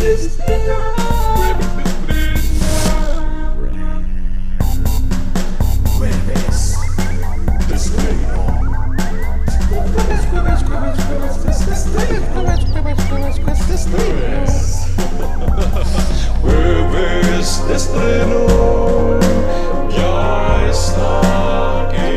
Jueves de estreno, ya está aquí.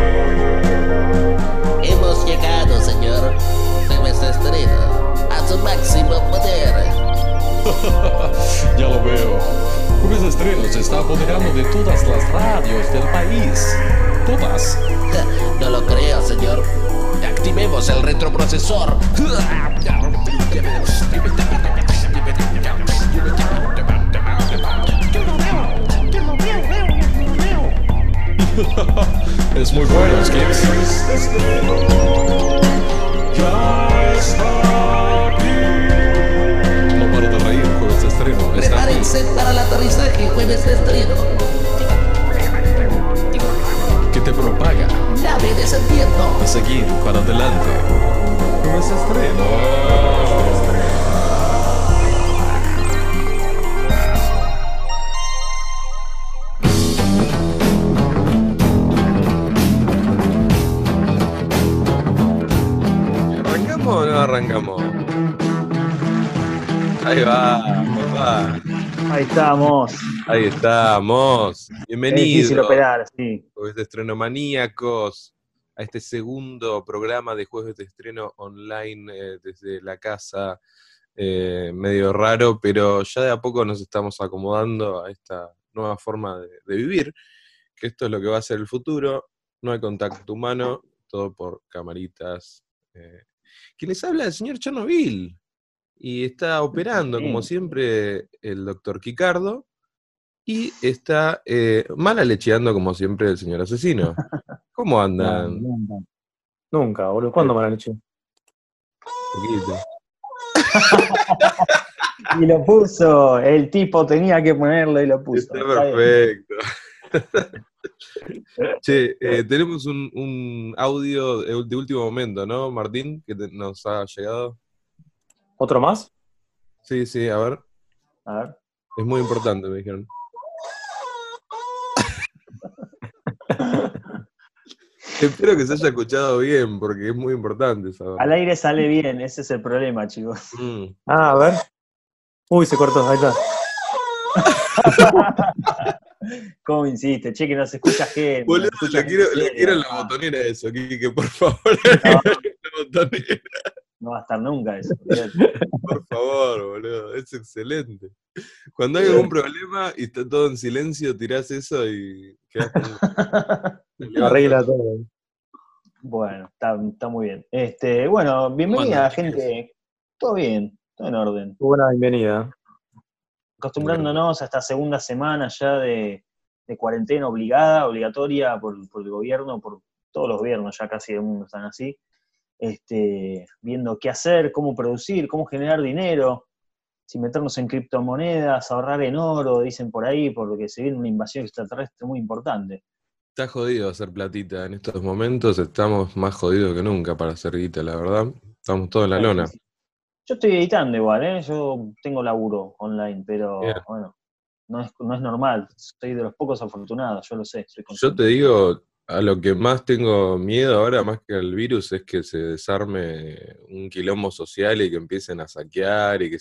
Hemos llegado, señor. Jueves de estreno, a su máximo poder. Ya lo veo. Jueves de estreno se está apoderando de todas las radios del país. Todas. No lo creo, señor. Activemos el retroprocesor. Es muy bueno, Skips. Ya está aquí. No paro de reír, Jueves de estreno. Está aquí. Prepárense para el aterrizaje, jueves de estreno. Que te propaga Nave descendiendo. a seguir para adelante. Jueves de estreno. ¿Arrancamos o no arrancamos? Ahí va, papá. Ahí estamos. Ahí estamos. Es Bienvenidos. difícil operar, sí. Jueves de estreno maníacos a este segundo programa de jueves de estreno online desde la casa, medio raro, pero ya de a poco nos estamos acomodando a esta nueva forma de vivir, que esto es lo que va a ser el futuro. No hay contacto humano, todo por camaritas. ¿Quién les habla? El señor Chernobyl. Y está operando, como siempre, el doctor Quicardo. Y está mala lecheando, como siempre, el señor asesino. ¿Cómo andan? Nunca, boludo. ¿Cuándo me la leche? Poquito. Y lo puso. El tipo tenía que ponerlo y lo puso. Está Está bien. perfecto. Che, tenemos un audio de último momento, ¿no, Martín? Que nos ha llegado. ¿Otro más? Sí, sí, a ver. A ver. Es muy importante, me dijeron. Espero que se haya escuchado bien, porque es muy importante saber. Al aire sale bien, ese es el problema, chicos. Ah, a ver. Uy, se cortó, ahí está. ¿Cómo insiste? Che, que no se escucha gente. Boludo, no se escucha le quiero gente. la botonera eso, Quique, por favor. No. La botonera, No va a estar nunca eso. por favor, boludo. Es excelente. Cuando hay algún problema y está todo en silencio, tirás eso y quedás como... Arregla todo. Bueno, está muy bien. Bueno, bienvenida, gente. Todo bien, todo en orden. Buena bienvenida. Acostumbrándonos a esta segunda semana ya de cuarentena obligatoria por el gobierno, por todos los gobiernos ya casi del mundo están así, viendo qué hacer, cómo producir, cómo generar dinero, si meternos en criptomonedas, ahorrar en oro, dicen por ahí, porque se viene una invasión extraterrestre muy importante. Está jodido hacer platita en estos momentos, estamos más jodidos que nunca para hacer guita, la verdad. Estamos todos en la lona. Yo estoy editando igual, yo tengo laburo online, pero Bien. bueno, no es normal, soy de los pocos afortunados, yo lo sé. Soy Yo consciente. te digo, a lo que más tengo miedo ahora, más que al virus, es que se desarme un quilombo social y que empiecen a saquear y que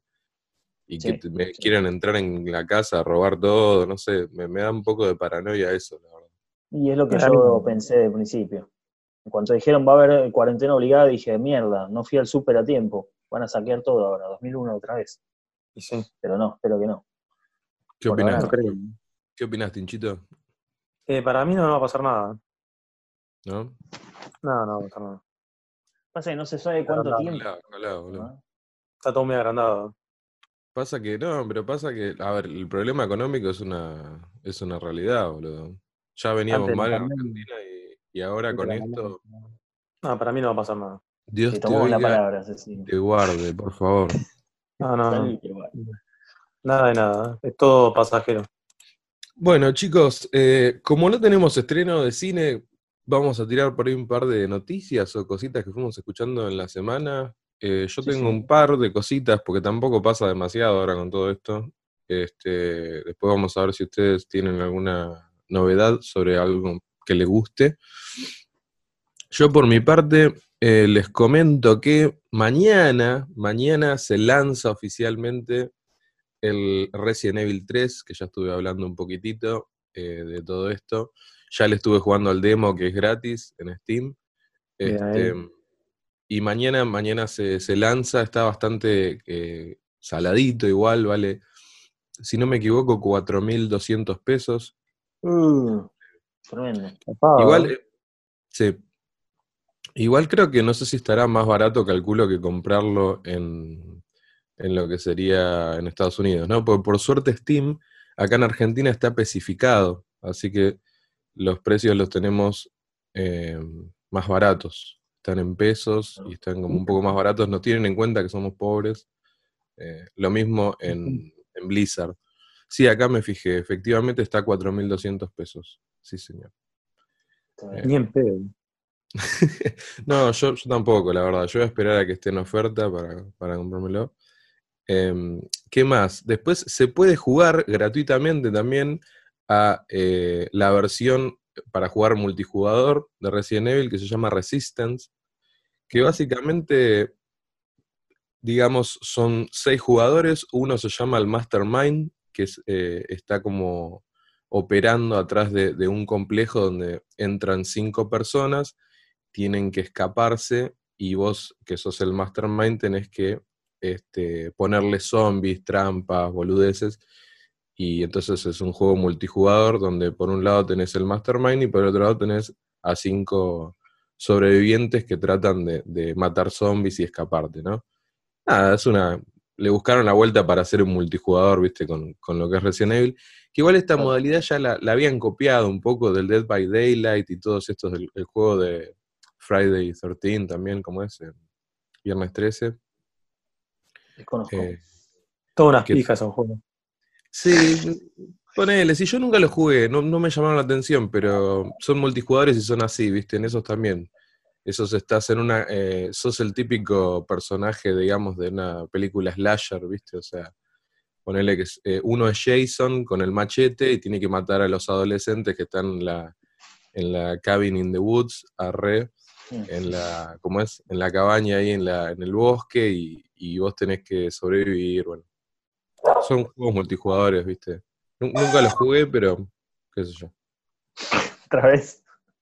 me quieran entrar en la casa a robar todo, no sé, me da un poco de paranoia eso, la verdad. Y es lo que yo pensé de principio. En cuanto dijeron va a haber cuarentena obligada, dije, mierda, no fui al súper a tiempo, van a saquear todo ahora, 2001 otra vez. Y sí. Pero no, espero que no. ¿Qué Por opinás? ahora No creo. ¿Qué opinás, Tinchito? Para mí no va a pasar nada. ¿No? No va a pasar nada. Pasa que no se sabe cuánto tiempo. Ojalá, boludo. ¿no? Está todo muy agrandado. Pasa que, a ver, el problema económico es una realidad, boludo. Ya veníamos Antes de la mal en pandemia. Argentina y ahora Antes con de la esto, pandemia. No, para mí no va a pasar nada. Dios Te te tomamos la oiga palabra, y Cecilia. te guarde, por favor. No. Salí, pero bueno. Nada de nada. Es todo pasajero. Bueno, chicos, como no tenemos estreno de cine, vamos a tirar por ahí un par de noticias o cositas que fuimos escuchando en la semana. Yo Sí, tengo sí. un par de cositas, porque tampoco pasa demasiado ahora con todo esto. Después vamos a ver si ustedes tienen alguna novedad sobre algo que les guste. Yo por mi parte les comento que mañana se lanza oficialmente el Resident Evil 3, que ya estuve hablando un poquitito de todo esto. Ya le estuve jugando al demo que es gratis en Steam. Bien Este, ahí. y mañana se lanza, está bastante saladito igual, vale, si no me equivoco, 4.200 pesos. Tremendo. Igual, Zapado, sí, igual creo que no sé si estará más barato, calculo, que comprarlo en lo que sería en Estados Unidos, ¿no? Porque por suerte Steam acá en Argentina está especificado, así que los precios los tenemos eh, más baratos. Están en pesos y están como un poco más baratos, nos tienen en cuenta que somos pobres. Lo mismo en Blizzard. Sí, acá me fijé, efectivamente está a 4.200 pesos. Sí, señor. Tremendo. Eh, ni en pedo. no, yo tampoco, la verdad. Yo voy a esperar a que esté en oferta para comprármelo. ¿Qué más? Después se puede jugar gratuitamente también a la versión para jugar multijugador de Resident Evil que se llama Resistance, que básicamente, digamos, son 6 jugadores. Uno se llama el Mastermind, que está como operando atrás de un complejo donde entran 5 personas, tienen que escaparse y vos, que sos el Mastermind, tenés que ponerle zombies, trampas, boludeces. Y entonces es un juego multijugador donde por un lado tenés el Mastermind y por otro lado tenés a 5 sobrevivientes que tratan de matar zombies y escaparte, ¿no? Nada, le buscaron la vuelta para hacer un multijugador, viste, con lo que es Resident Evil. Que igual esta Claro. modalidad ya la habían copiado un poco del Dead by Daylight y todos estos, el juego de Friday 13 también, como es, Viernes 13. Desconozco. Todas unas Que, pijas son juegos. sí, ponele, si yo nunca lo jugué, no me llamaron la atención, pero son multijugadores y son así, viste, en esos también. Esos estás en sos el típico personaje, digamos, de una película slasher, ¿viste? O sea, ponele que uno es Jason con el machete y tiene que matar a los adolescentes que están en la cabin in the woods, ¿cómo es? En la cabaña ahí en el bosque y vos tenés que sobrevivir, bueno. Son juegos multijugadores, ¿viste? Nunca los jugué, pero qué sé yo. Otra vez.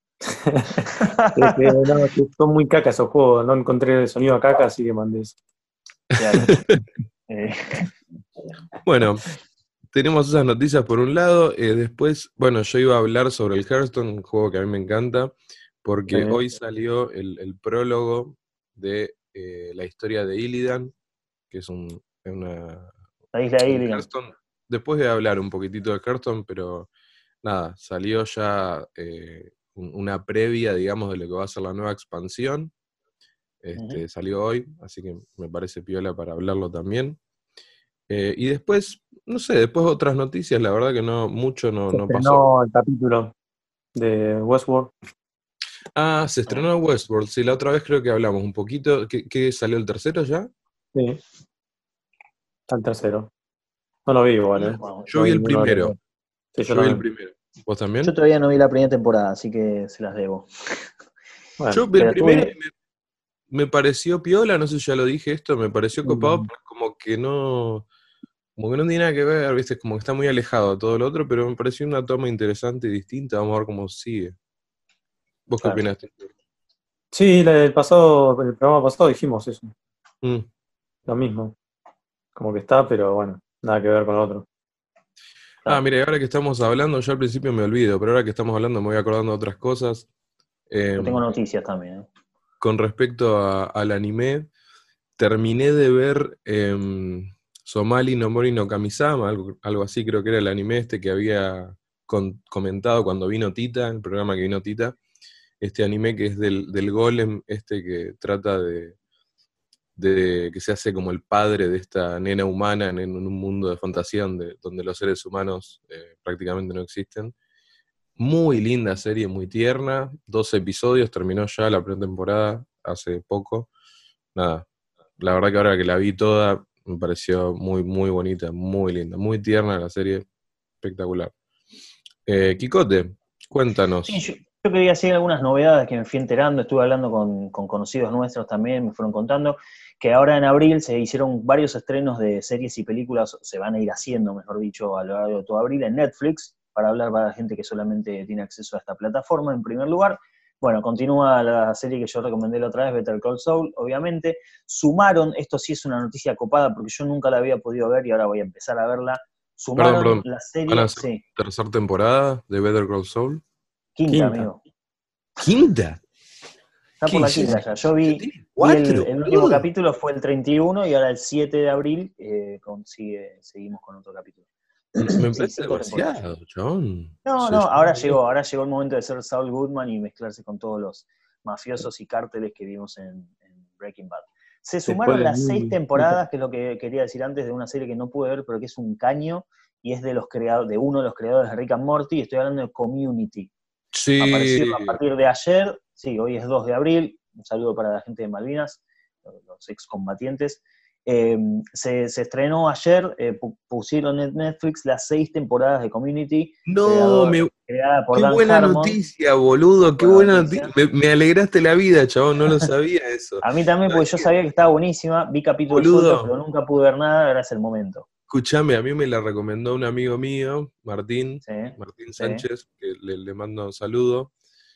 Es que, no, que son muy cacas esos juegos. No encontré el sonido a caca, así que mandé eso. Claro. Eh, Bueno, tenemos esas noticias por un lado. Después, bueno, yo iba a hablar sobre el Hearthstone, un juego que a mí me encanta, porque Sí. hoy salió el prólogo de la historia de Illidan, que es un la isla de Gilligan. Hearthstone. Después voy a hablar un poquitito de Hearthstone, pero nada, salió ya una previa, digamos, de lo que va a ser la nueva expansión. Salió hoy, así que me parece piola para hablarlo también. Y después, no sé, después otras noticias, la verdad que mucho no pasó. Estrenó el capítulo de Westworld. Ah, se estrenó Westworld, sí, la otra vez creo que hablamos un poquito. ¿Qué salió el tercero ya? Sí. Está el tercero. No lo vi igual, ¿eh? Wow. Yo No vi el ninguno de los primero. dos. Sí, yo Yo vi el también. primero. ¿Vos también? Yo todavía no vi la primera temporada, así que se las debo. Bueno, Yo vi el Pero primero estuve. y me pareció piola, no sé si ya lo dije esto, me pareció copado, porque como que no tiene nada que ver, ¿viste? Como que está muy alejado de todo lo otro, pero me pareció una toma interesante y distinta, vamos a ver cómo sigue. ¿Vos qué Claro. opinaste? sí, el programa pasado dijimos eso. Mm. Lo mismo. Como que está, pero bueno, nada que ver con lo otro. Ah, mira, y ahora que estamos hablando, yo al principio me olvido, pero ahora que estamos hablando me voy acordando de otras cosas. Yo tengo noticias también. Con respecto al anime, terminé de ver Somali no Mori no Kamisama, algo así creo que era el anime que había comentado cuando vino Tita, el programa que vino Tita, este anime que es del golem que trata de que se hace como el padre de esta nena humana en un mundo de fantasía donde los seres humanos prácticamente no existen. Muy linda serie, muy tierna, 12 episodios, terminó ya la primera temporada hace poco. Nada, La verdad que ahora que la vi toda, me pareció muy, muy bonita, muy linda, muy tierna la serie, espectacular. Quicote, Sí, cuéntanos. yo quería decir algunas novedades que me fui enterando, estuve hablando con conocidos nuestros también, me fueron contando que ahora en abril se hicieron varios estrenos de series y películas, se van a ir haciendo, mejor dicho, a lo largo de todo abril en Netflix, para hablar para la gente que solamente tiene acceso a esta plataforma, en primer lugar. Bueno, continúa la serie que yo recomendé la otra vez, Better Call Saul, obviamente. Sumaron, esto sí es una noticia copada, porque yo nunca la había podido ver y ahora voy a empezar a verla. Perdón, Sumaron perdón. la ¿Van a serie, hacer sí, tercera temporada de Better Call Saul? quinta, Quinta. amigo. ¿Quinta? Está ¿Qué por la dices? quinta ya. Yo ¿Ya vi, tiene vi cuatro, el último boludo? capítulo, fue el 31 y ahora el 7 de abril seguimos con otro capítulo. Me Sí, parece 5 temporadas. demasiado, chabón. No, Se no, llevó bien. ahora llegó el momento de ser Saul Goodman y mezclarse con todos los mafiosos y cárteles que vimos en Breaking Bad. Se Después sumaron del las 6 New. temporadas, que es lo que quería decir antes, de una serie que no pude ver, pero que es un caño, y es de uno de los creadores de Rick and Morty, estoy hablando de Community. Sí. Apareció a partir de ayer, sí, hoy es 2 de abril, un saludo para la gente de Malvinas, los excombatientes. Se estrenó ayer, pusieron en Netflix las 6 temporadas de Community, No, creada por qué Dan buena Harmon. noticia, boludo, qué Buena buena noticia. noticia. Me alegraste la vida, chabón, no lo sabía eso. A mí también, porque ¿Sabés yo qué, sabía que estaba buenísima, vi capítulos sueltos, boludo? pero nunca pude ver nada, ahora es el momento. Escuchame, a mí me la recomendó un amigo mío, Martín Sí, sí. Sánchez, que le mando un saludo.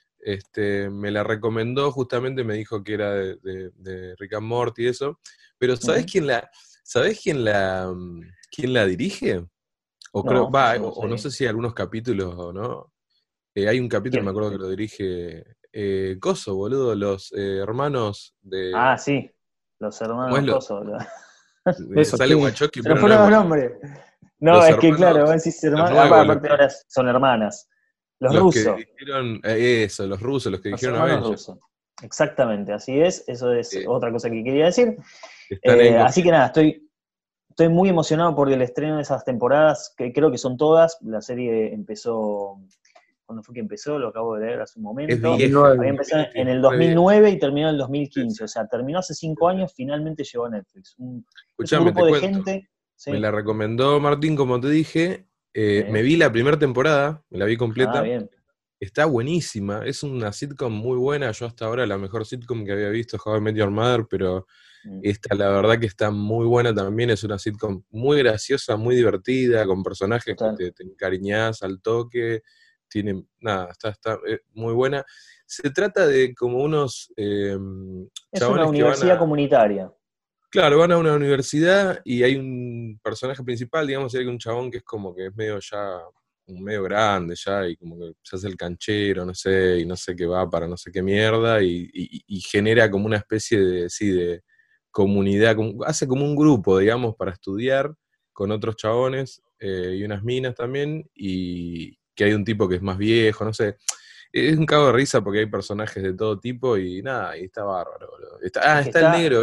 Me la recomendó, justamente me dijo que era de Rick and Morty y eso. Pero Ujú. ¿sabés quién la dirige? O creo, No, va, eso no o no sé. sé si algunos capítulos o no. Hay un capítulo, me ¿Quién? acuerdo que lo dirige Coso, boludo, los hermanos Ah, de. sí, los ¿Cómo es hermanos lo? Coso. Eso, Sale sí. Wachowski, Se nos pero no es fueron los Wachowski. nombres. No, Los es que claro, vos hermanos, decís los hermanas, nuevos, aparte ahora son hermanas. Los los que rusos, dirigieron, eso, los rusos, los que los dirigieron hermanos Avengers, rusos. Exactamente, así es, eso es eh, otra cosa que quería decir. están en Así que Community. nada, estoy muy emocionado por el estreno de esas temporadas, que creo que son todas. La serie empezó, ¿cuándo fue que empezó? Lo acabo de leer hace un Es momento. vieja, 2009. Había empezado Community en es el re vieja. 2009 y terminó en el Sí, 2015, sí, o sea, terminó hace sí, 5 sí. años, finalmente llegó a Netflix. Es un Escuchame, grupo te de cuento. gente, Me sí, la recomendó Martín, como te dije. Me sí. vi la primera temporada, me la vi Ah, completa. bien. Está buenísima, es una sitcom muy buena. Yo hasta ahora la mejor sitcom que había visto es How I Met Your Mother, pero Mm, esta la verdad que está muy buena también. Es una sitcom muy graciosa, muy divertida, con personajes que total. te encariñás al toque. Tiene, nada, está muy buena. Se trata de como unos Es una chabones que van universidad a, comunitaria. claro, van a una universidad y hay un personaje principal, digamos, y hay un chabón que es como que es medio ya, medio grande ya, y como que se hace el canchero, no sé, y no sé qué va para no sé qué mierda, y genera como una especie de, sí, de comunidad, hace como un grupo, digamos, para estudiar con otros chabones y unas minas también, y que hay un tipo que es más viejo, no sé. Es un cago de risa porque hay personajes de todo tipo y nada, y está bárbaro, boludo. Es que Está el está, negro,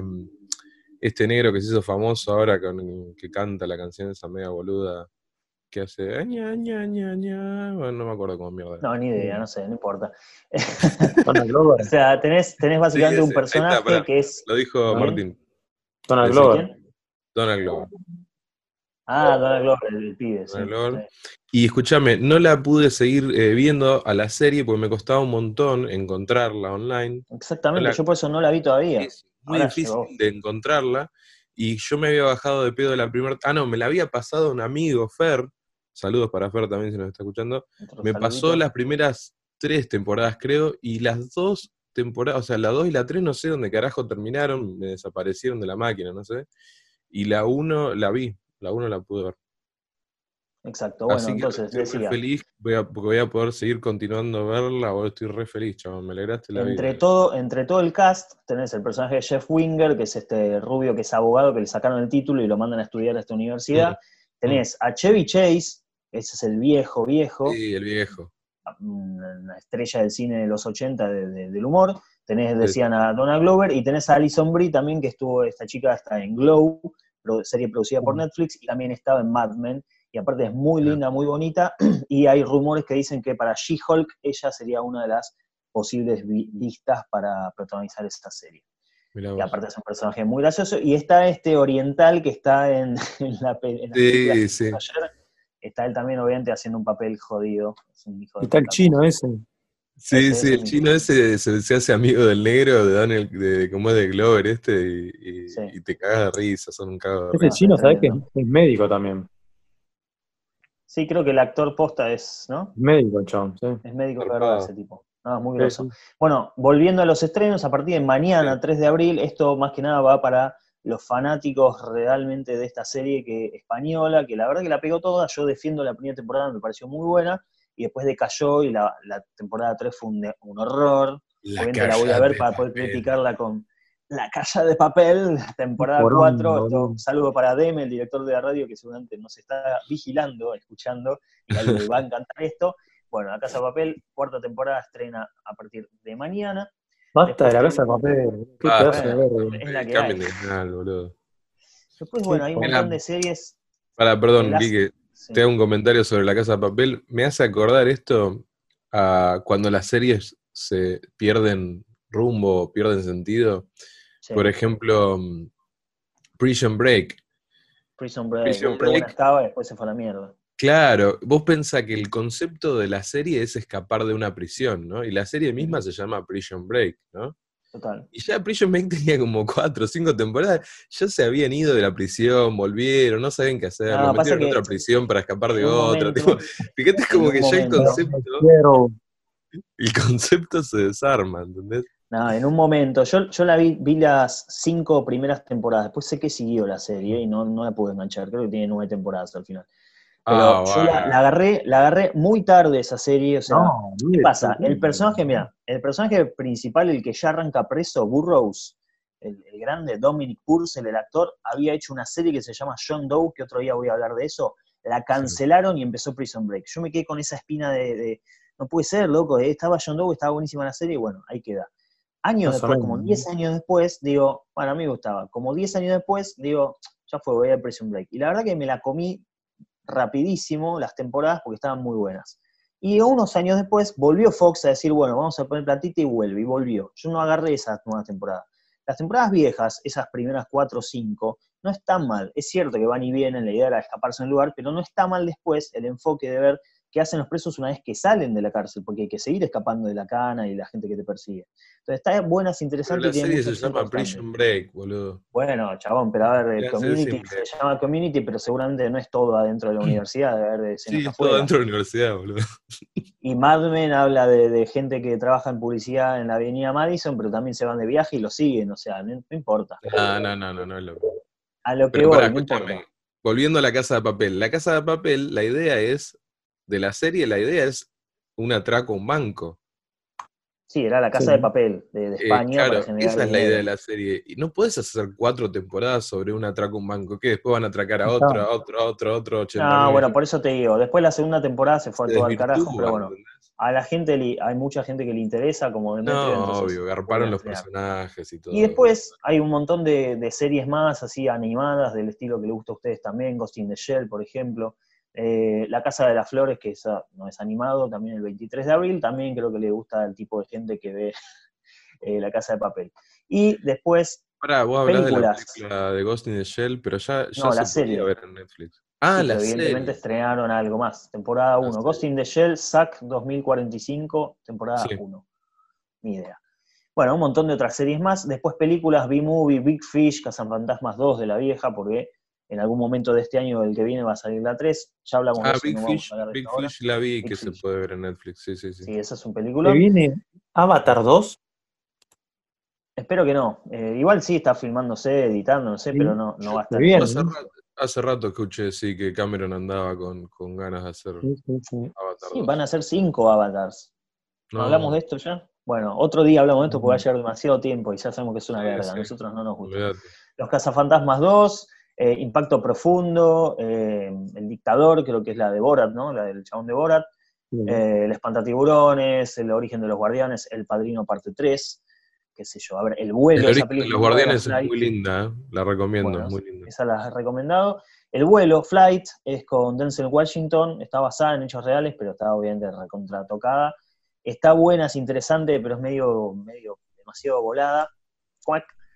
este negro que se hizo famoso ahora, que canta la canción esa media boluda, que hace aña, aña, aña, aña. Bueno, no me acuerdo cómo mierda. no, ni idea, no sé, no importa. Donald O Glover. sea, tenés Sí, básicamente un ese. Ahí está, personaje pará. que es, Lo dijo ¿no ven? Martín. Donald ¿De Decilo. Glover. quién? Donald Glover. Ah, Donald Glover, el pibe, sí. Donald Sí. Glover. Y escúchame, no la pude seguir viendo a la serie porque me costaba un montón encontrarla online. No Exactamente, la, yo por eso no la vi todavía. es muy Ahora difícil llegó. de encontrarla. Y yo me había bajado de pedo la primera. Ah, no, me la había pasado un amigo, Fer. Saludos para Fer también si nos está escuchando. Otro Me pasó saludito. las primeras 3 temporadas, creo, y las 2 temporadas, o sea, la 2 y la 3 no sé dónde carajo terminaron, me desaparecieron de la máquina, no sé. Y la uno la vi, la uno la pude ver. Exacto, bueno, Así que entonces estoy re decía, feliz, porque voy a poder seguir continuando a verla, boludo, estoy re feliz, chaval, me alegraste la vida. entre todo el cast, tenés el personaje de Jeff Winger, que es este rubio que es abogado, que le sacaron el título y lo mandan a estudiar a esta Mm, universidad. mm. Tenés a Chevy Chase, ese es el viejo, Sí, el viejo. una estrella del cine de los 80 del humor. Tenés, Sí, decían, a Donna Glover, y tenés a Alison Brie también, que estuvo, esta chica está en Glow, serie producida por Netflix, y también estaba en Mad Men, y aparte es muy mirá. linda, muy bonita, y hay rumores que dicen que para She-Hulk ella sería una de las posibles vistas para protagonizar esta serie. Mirá Y vos. aparte es un personaje muy gracioso. Y está este oriental que está en las películas Sí, que sí. hizo ayer. Está él también, obviamente, haciendo un papel jodido. Es un hijo Y de está el puta. chino ese. Sí, Ese el mismo. chino ese se hace amigo del negro, de Daniel, como es de Glover Sí. y te cagas de risa, son un cago de Ese risa. chino, es ¿sabés que tremendo. es médico también? Sí, creo que el actor posta es, ¿no? Es médico el chabón, sí. Es médico, es Zarpado. verdad, ese tipo. No, es muy Sí, grosso. sí. Bueno, volviendo a los estrenos, a partir de mañana, Sí. 3 de abril, esto más que nada va para los fanáticos realmente de esta serie española, que la verdad que la pegó toda. Yo defiendo la primera temporada, me pareció muy buena, y después decayó y la temporada 3 fue un horror. La Obviamente la voy a Casa ver de para poder Papel. criticarla con La Casa de Papel, temporada Poronga, 4. Esto, boludo. saludo para Deme, el director de la radio, que seguramente nos está vigilando, escuchando, y a él le va a encantar esto. Bueno, La Casa de Papel, 4ª temporada, estrena a partir de mañana. Basta de Después la casa de tenemos, papel. Qué Basta, pedazo de bueno, verga. es la que hay. cambien de canal, boludo. Después, Qué bueno, hay un poronga. montón de series. Perdón, Las, Quique, te sí, hago un comentario sobre La Casa de Papel. Me hace acordar esto a cuando las series se pierden rumbo, pierden sentido. sí. Por ejemplo, Prison Break. Prison Break, Prison qué buena Break, estaba y después se fue a la mierda. claro, vos pensás que el concepto de la serie es escapar de una prisión, ¿no? Y la serie misma Ujú, se llama Prison Break, ¿no? total. Y ya Prison Break tenía como 4 o 5 temporadas, ya se habían ido de la prisión, volvieron, no sabían qué hacer, los No, pasa metieron en que otra prisión para escapar en de un otra. Tipo, momento, fíjate en como un que ya momento, Quiero. el concepto se desarma, ¿entendés? no, en un momento, yo vi las 5 primeras temporadas, después sé que siguió la serie y no la pude enganchar, creo que tiene 9 temporadas al final. Pero Ah, yo la bueno. agarré muy tarde esa serie, o sea, No, ¿qué mire, pasa? El personaje, mira, el personaje principal, el que ya arranca preso, Burroughs, el grande Dominic Purcell, el actor, había hecho una serie que se llama John Doe, que otro día voy a hablar de eso, la Sí. cancelaron y empezó Prison Break. Yo me quedé con esa espina no puede ser, loco, estaba John Doe, estaba buenísima la serie, y bueno, ahí queda. Años Más o después, menos. como 10 años después, digo, bueno, a mí me gustaba. Como 10 años después, digo, ya fue, voy a Prison Break. Y la verdad que me la comí rapidísimo las temporadas porque estaban muy buenas. Y unos años después volvió Fox a decir, bueno, vamos a poner platita y vuelve, y volvió. Yo no agarré esas nuevas temporadas. Las temporadas viejas, esas primeras 4 o 5, no están mal. Es cierto que van y vienen, la idea era escaparse en un lugar, pero no está mal después el enfoque de ver qué hacen los presos una vez que salen de la cárcel, porque hay que seguir escapando de la cana y la gente que te persigue. Entonces está buena, es Pero interesante y la tiene serie mucha se acción llama constante. Prison Break, boludo. Bueno, chabón, pero a ver, Así de Community simple. se llama Community, pero seguramente no es todo adentro de la universidad, debe haber escenas Sí, todo afuera. dentro de la universidad, boludo. Y Mad Men habla de gente que trabaja en publicidad en la avenida Madison, pero también se van de viaje y lo siguen, o sea, no importa. No es lo mismo. A lo que Pero pará, voy, no escúchame. importa. Volviendo a La Casa de Papel. La Casa de Papel, la idea es, de la serie, la idea es un atraco a un banco. Sí, era la Casa de Sí. Papel de España para Claro, generar esa es la idea de dinero. la serie. Y no puedes hacer 4 temporadas sobre un atraco a un banco, que después van a atracar a Está. otro, 80 No, mil bueno, por millones. eso te digo, después la segunda temporada se fue Se todo al carajo, pero desvirtúa, bueno, ¿entendés? a la gente, hay mucha gente que le interesa, como Demetrio, No, entonces obvio, vuelven garparon a los estrenar. personajes y Y todo. después hay un montón de series más, así animadas, del estilo que le gusta a ustedes también, Ghost in the Shell, por ejemplo. La Casa de las Flores, que esa no es animado, también el 23 de abril, también creo que le gusta al tipo de gente que ve La Casa de Papel. Y después, Pará, vos hablás de la películas. película de Ghost in the Shell, pero ya No, la se podía serie. ver en Netflix. Ah, Sí, la pero evidentemente serie. estrenaron algo más. Temporada La 1. Ghost serie. in the Shell, SAC 2045, temporada Sí. 1. Ni idea. Bueno, un montón de otras series más. Después películas, B-Movie, Big Fish, Cazafantasmas 2 de la vieja, porque en algún momento de este año o el que viene va a salir la 3. Ya hablamos de Ah, eso y no vamos a hablar de Big esto ahora. Fish la vi Big que se Fish. puede ver en Netflix, sí. Sí, ese es un ¿Que peliculón. viene Avatar 2? Espero que no. Igual sí está filmándose, editando, no sé, Sí. pero no va a estar Muy bien, eso. ¿no? Hace rato escuché, sí, que Cameron andaba con ganas de hacer Sí. Avatar Sí, van 2. a ser 5 avatars. ¿No hablamos No, de esto ya? Bueno, otro día hablamos de esto porque va a llevar demasiado tiempo y ya sabemos que es una verga. A sí, nosotros no nos gusta. olvídate. Los Cazafantasmas 2, Impacto Profundo, El Dictador, creo que es la de Borat, ¿no? La del chabón de Borat. Sí. El Espantatiburones, El Origen de los Guardianes, El Padrino parte 3, qué sé yo. A ver, El Vuelo, El esa origen de película los muy buena, guardianes es Flight. muy linda, la recomiendo, Bueno, muy linda. esa la he recomendado. El Vuelo, Flight, es con Denzel Washington, está basada en hechos reales, pero está obviamente recontratocada. Está buena, es interesante, pero es medio demasiado volada. Cuac.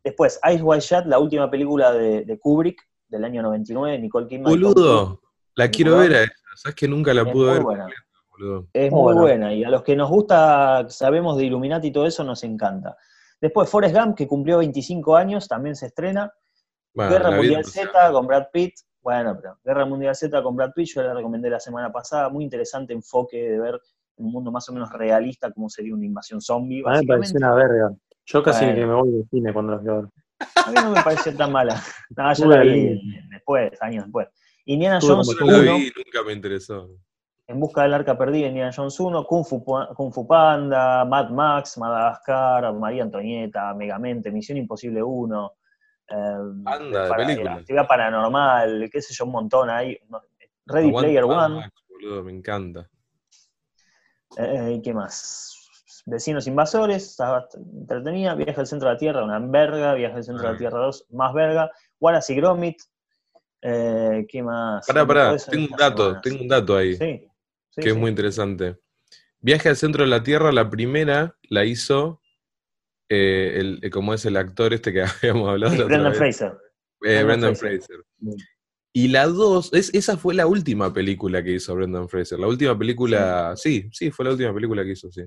Después, Eyes Wide Shut, la última película de Kubrick, del año 99, Nicole Kidman. y Tom Cruise. Boludo, la quiero ver a esa. Sabes que nunca la Es pude muy ver buena. completa, boludo. Es Muy muy buena. buena, y a los que nos gusta, sabemos de Illuminati y todo eso, nos encanta. Después, Forrest Gump, que cumplió 25 años, también se estrena. Bueno, Guerra la vi Mundial demasiado. Z con Brad Pitt. Bueno, pero Guerra Mundial Z con Brad Pitt, yo la recomendé la semana pasada. Muy interesante enfoque de ver un mundo más o menos realista, como sería una invasión zombie, A mí me pareció básicamente. una verga. Yo casi Bueno. que me voy del cine cuando los veo. A mí no me pareció tan mala. No, yo Muy la vi bien. después, años después. Indiana Estuvo Jones como No la 1, vi, nunca me interesó. En busca del arca perdida, Indiana Jones 1, Kung Fu Panda, Mad Max, Madagascar, María Antonieta, Megamente, Misión Imposible 1, Anda, de películas. Actividad Paranormal, qué sé yo, un montón ahí. Ready Aguante Player Mad One, Max, boludo, me encanta. ¿y qué más? Vecinos Invasores, está bastante entretenida. Viaje al Centro de la Tierra, una verga. Viaje al Centro de la Tierra 2, más verga. Wallace y Gromit, ¿qué más? Pará, Bueno, todo pará, eso en tengo un esta dato, semana. tengo un dato ahí, Sí, sí, que es sí. muy interesante. Viaje al centro de la Tierra, la primera la hizo, como es el actor este que habíamos hablado Sí, la otra Brendan vez, Fraser. Brendan Fraser. Y la 2, esa fue la última película que hizo Brendan Fraser. La última película, sí, fue la última película que hizo, sí.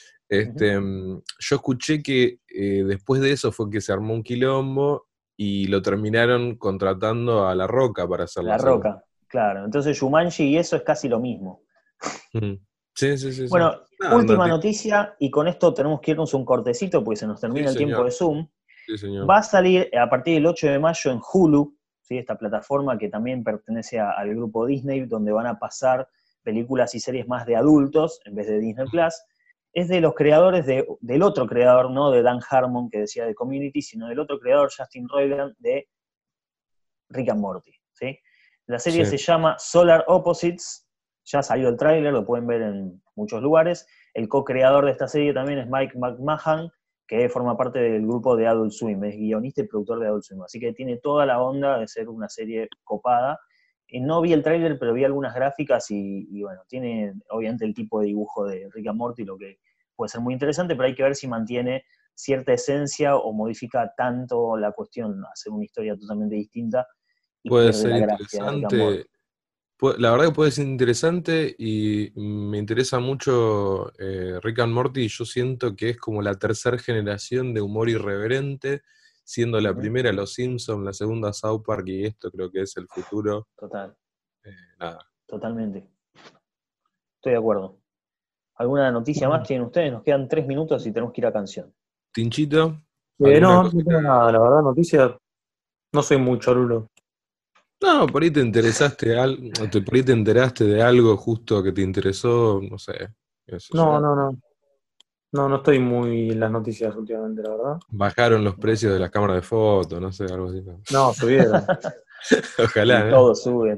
Yo escuché que después de eso fue que se armó un quilombo y lo terminaron contratando a La Roca para hacer La segunda. Roca, claro. Entonces Jumanji y eso es casi lo mismo. Mm. Sí. Bueno, Nada, última Nati. noticia, y con esto tenemos que irnos un cortecito porque se nos termina Sí, el tiempo señor. de Zoom. Sí, señor. Va a salir a partir del 8 de mayo en Hulu, ¿sí? Esta plataforma que también pertenece al grupo Disney, donde van a pasar películas y series más de adultos en vez de Disney Plus. Es de los creadores del otro creador, no de Dan Harmon, que decía de Community, sino del otro creador, Justin Roiland, de Rick and Morty, ¿sí? La serie Sí. se llama Solar Opposites, ya salió el tráiler, lo pueden ver en muchos lugares. El co-creador de esta serie también es Mike McMahon, que forma parte del grupo de Adult Swim, es guionista y productor de Adult Swim, así que tiene toda la onda de ser una serie copada. No vi el tráiler, pero vi algunas gráficas y bueno, tiene obviamente el tipo de dibujo de Rick and Morty, lo que puede ser muy interesante, pero hay que ver si mantiene cierta esencia o modifica tanto la cuestión, hacer una historia totalmente distinta y Puede pierde ser la gracia de Rick and Morty. interesante. La verdad que puede ser interesante y me interesa mucho Rick and Morty. Yo siento que es como la tercera generación de humor irreverente, siendo la primera Los Simpsons, la segunda South Park y esto creo que es el futuro. Total, Nada. totalmente. Estoy de acuerdo. ¿Alguna noticia más tienen ustedes? Nos quedan 3 minutos y tenemos que ir a canción. Tinchito. No, ¿alguna no cosita? tengo nada, la verdad, noticias. No soy mucho, Lulo. No, por ahí te interesaste por ahí te enteraste de algo justo que te interesó, no sé. qué sé yo. No estoy muy en las noticias últimamente, la verdad. Bajaron los precios de las cámaras de fotos, no sé, algo así. No, subieron. Ojalá, ¿no? Todo sube.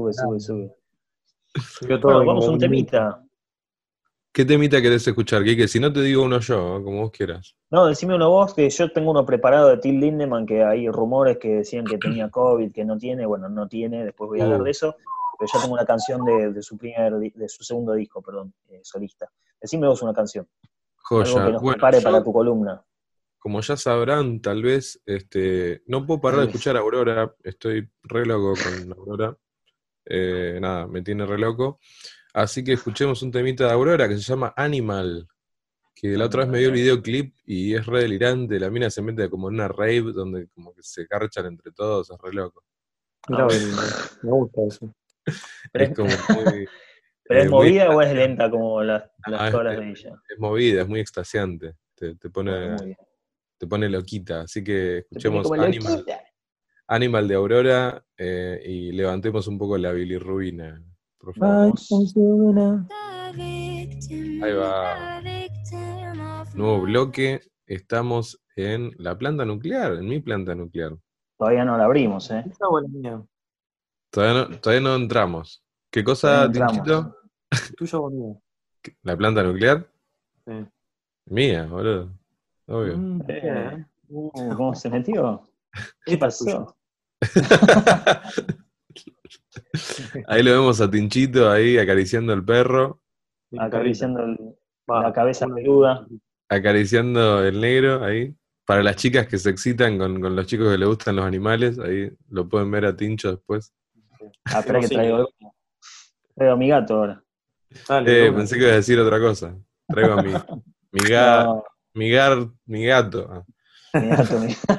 Subió todo Bueno, y vamos a como un temita. ¿Qué temita querés escuchar, Quique? Si no te digo uno yo, como vos quieras. No, decime uno vos, que yo tengo uno preparado de Till Lindemann, que hay rumores que decían que tenía COVID, que no tiene, bueno, no tiene, después voy a hablar de eso, pero ya tengo una canción de su segundo disco, solista. Decime vos una canción, algo Joya. que nos Bueno, prepare yo, para tu columna. como ya sabrán, tal vez, no puedo parar de escuchar a Aurora, estoy re loco con Aurora. Nada, me tiene re loco. Así que escuchemos un temita de Aurora que se llama Animal, que la otra vez me dio el videoclip y es re delirante, la mina se mete como en una rave donde como que se garchan entre todos, es re loco. Mirá, me gusta eso. Es como muy... ¿Pero es muy movida o es extasiante. lenta como las todas de ella? Es movida, es muy extasiante, te Bueno, muy bien. pone loquita, así que Te pone escuchemos como loquita. Animal de Aurora y levantemos un poco la bilirrubina, por favor. Vamos. Ahí va. Nuevo bloque, estamos en la planta nuclear, en mi planta nuclear. Todavía no la abrimos, ¿eh? Esa buena mía. Todavía no entramos. ¿Qué cosa, Todavía no entramos. Tinchito? Tuya o mía. ¿La planta nuclear? Sí. Mía, boludo. Obvio. ¿Cómo se metió? ¿Qué pasó? Ahí lo vemos a Tinchito ahí acariciando el perro, Acariciando la cabeza peluda. acariciando el negro ahí. Para las chicas que se excitan con los chicos que les gustan los animales, ahí lo pueden ver a Tincho después. Espera que traigo a mi gato ahora. Dale, Pensé que iba a decir otra cosa. Traigo a mi No, gato. Ah. mi gato.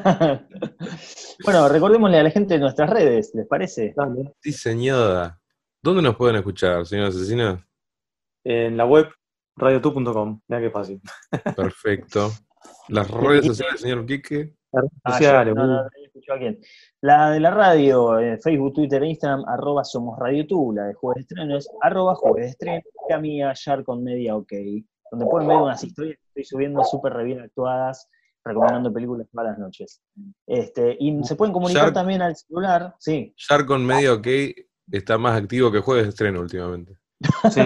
Bueno, recordémosle a la gente de nuestras redes, ¿les parece? dale. Sí, señora. ¿Dónde nos pueden escuchar, señor asesino? En la web radiotu.com. Mira qué fácil. Perfecto. Las redes sociales, señor Quique. Las redes Ah, sociales, no escuchó a quién. La de la radio, Facebook, Twitter e Instagram, @somos Radio Tú. La de Jueves de Estreno es @Jueves de Estreno. Y a mí, Yar con Media OK, donde pueden ver unas historias que estoy subiendo súper re bien actuadas, recomendando películas todas las noches. Y se pueden comunicar también al celular, sí. Yar con Media OK está más activo que Jueves de Estreno últimamente. Sí.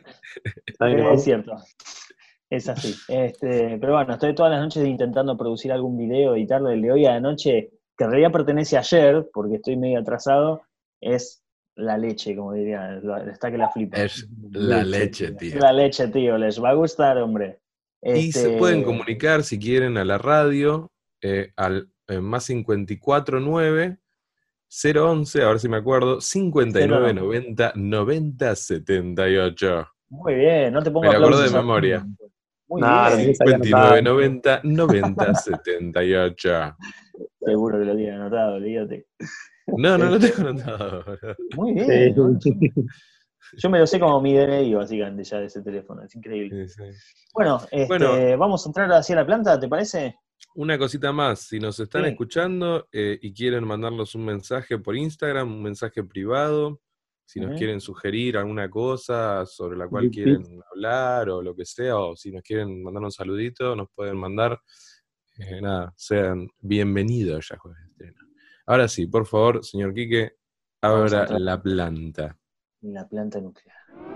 Es cierto. Es así. Pero bueno, estoy todas las noches intentando producir algún video, editarlo. El de hoy a la noche, que en realidad pertenece a ayer, porque estoy medio atrasado, es la leche, como diría, está que la flipa. Es la leche, tío. La leche, tío, les va a gustar, hombre. Y se pueden comunicar, si quieren, a la radio, al más 549 011, a ver si me acuerdo, 59 90 90 78. Muy bien, no te pongo me lo acuerdo aplausos de memoria. Muy Nah, bien. 59 90 90 78. Seguro que lo tiene anotado, olvídate. No lo tengo anotado. Muy bien. Sí. ¿no? Yo me lo sé como mi DNI, básicamente, ya de ese teléfono. Es increíble. Sí. Bueno, vamos a entrar hacia la planta, ¿te parece? Una cosita más, si nos están Sí. escuchando y quieren mandarnos un mensaje por Instagram, un mensaje privado, si nos quieren sugerir alguna cosa sobre la cual quieren hablar o lo que sea, o si nos quieren mandar un saludito, nos pueden mandar. Sean bienvenidos ya Jueves de Estreno. Ahora sí, por favor, señor Quique, abra la planta. La planta nuclear.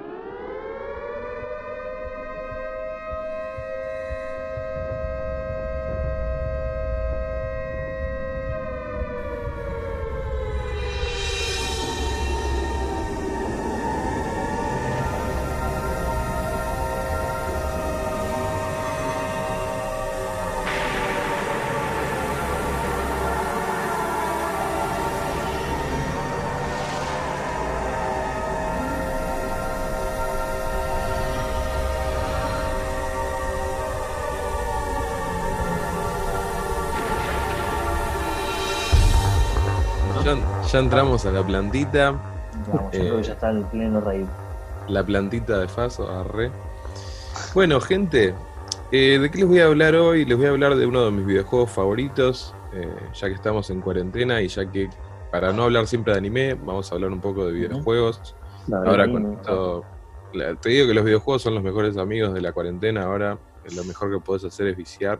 Ya entramos a la plantita. Vamos, yo creo que ya está en pleno raíz. La plantita de Faso, arre. Bueno, gente, ¿de qué les voy a hablar hoy? Les voy a hablar de uno de mis videojuegos favoritos, ya que estamos en cuarentena y ya que, para no hablar siempre de anime, vamos a hablar un poco de videojuegos. Ahora con esto, te digo que los videojuegos son los mejores amigos de la cuarentena. Ahora lo mejor que puedes hacer es viciar.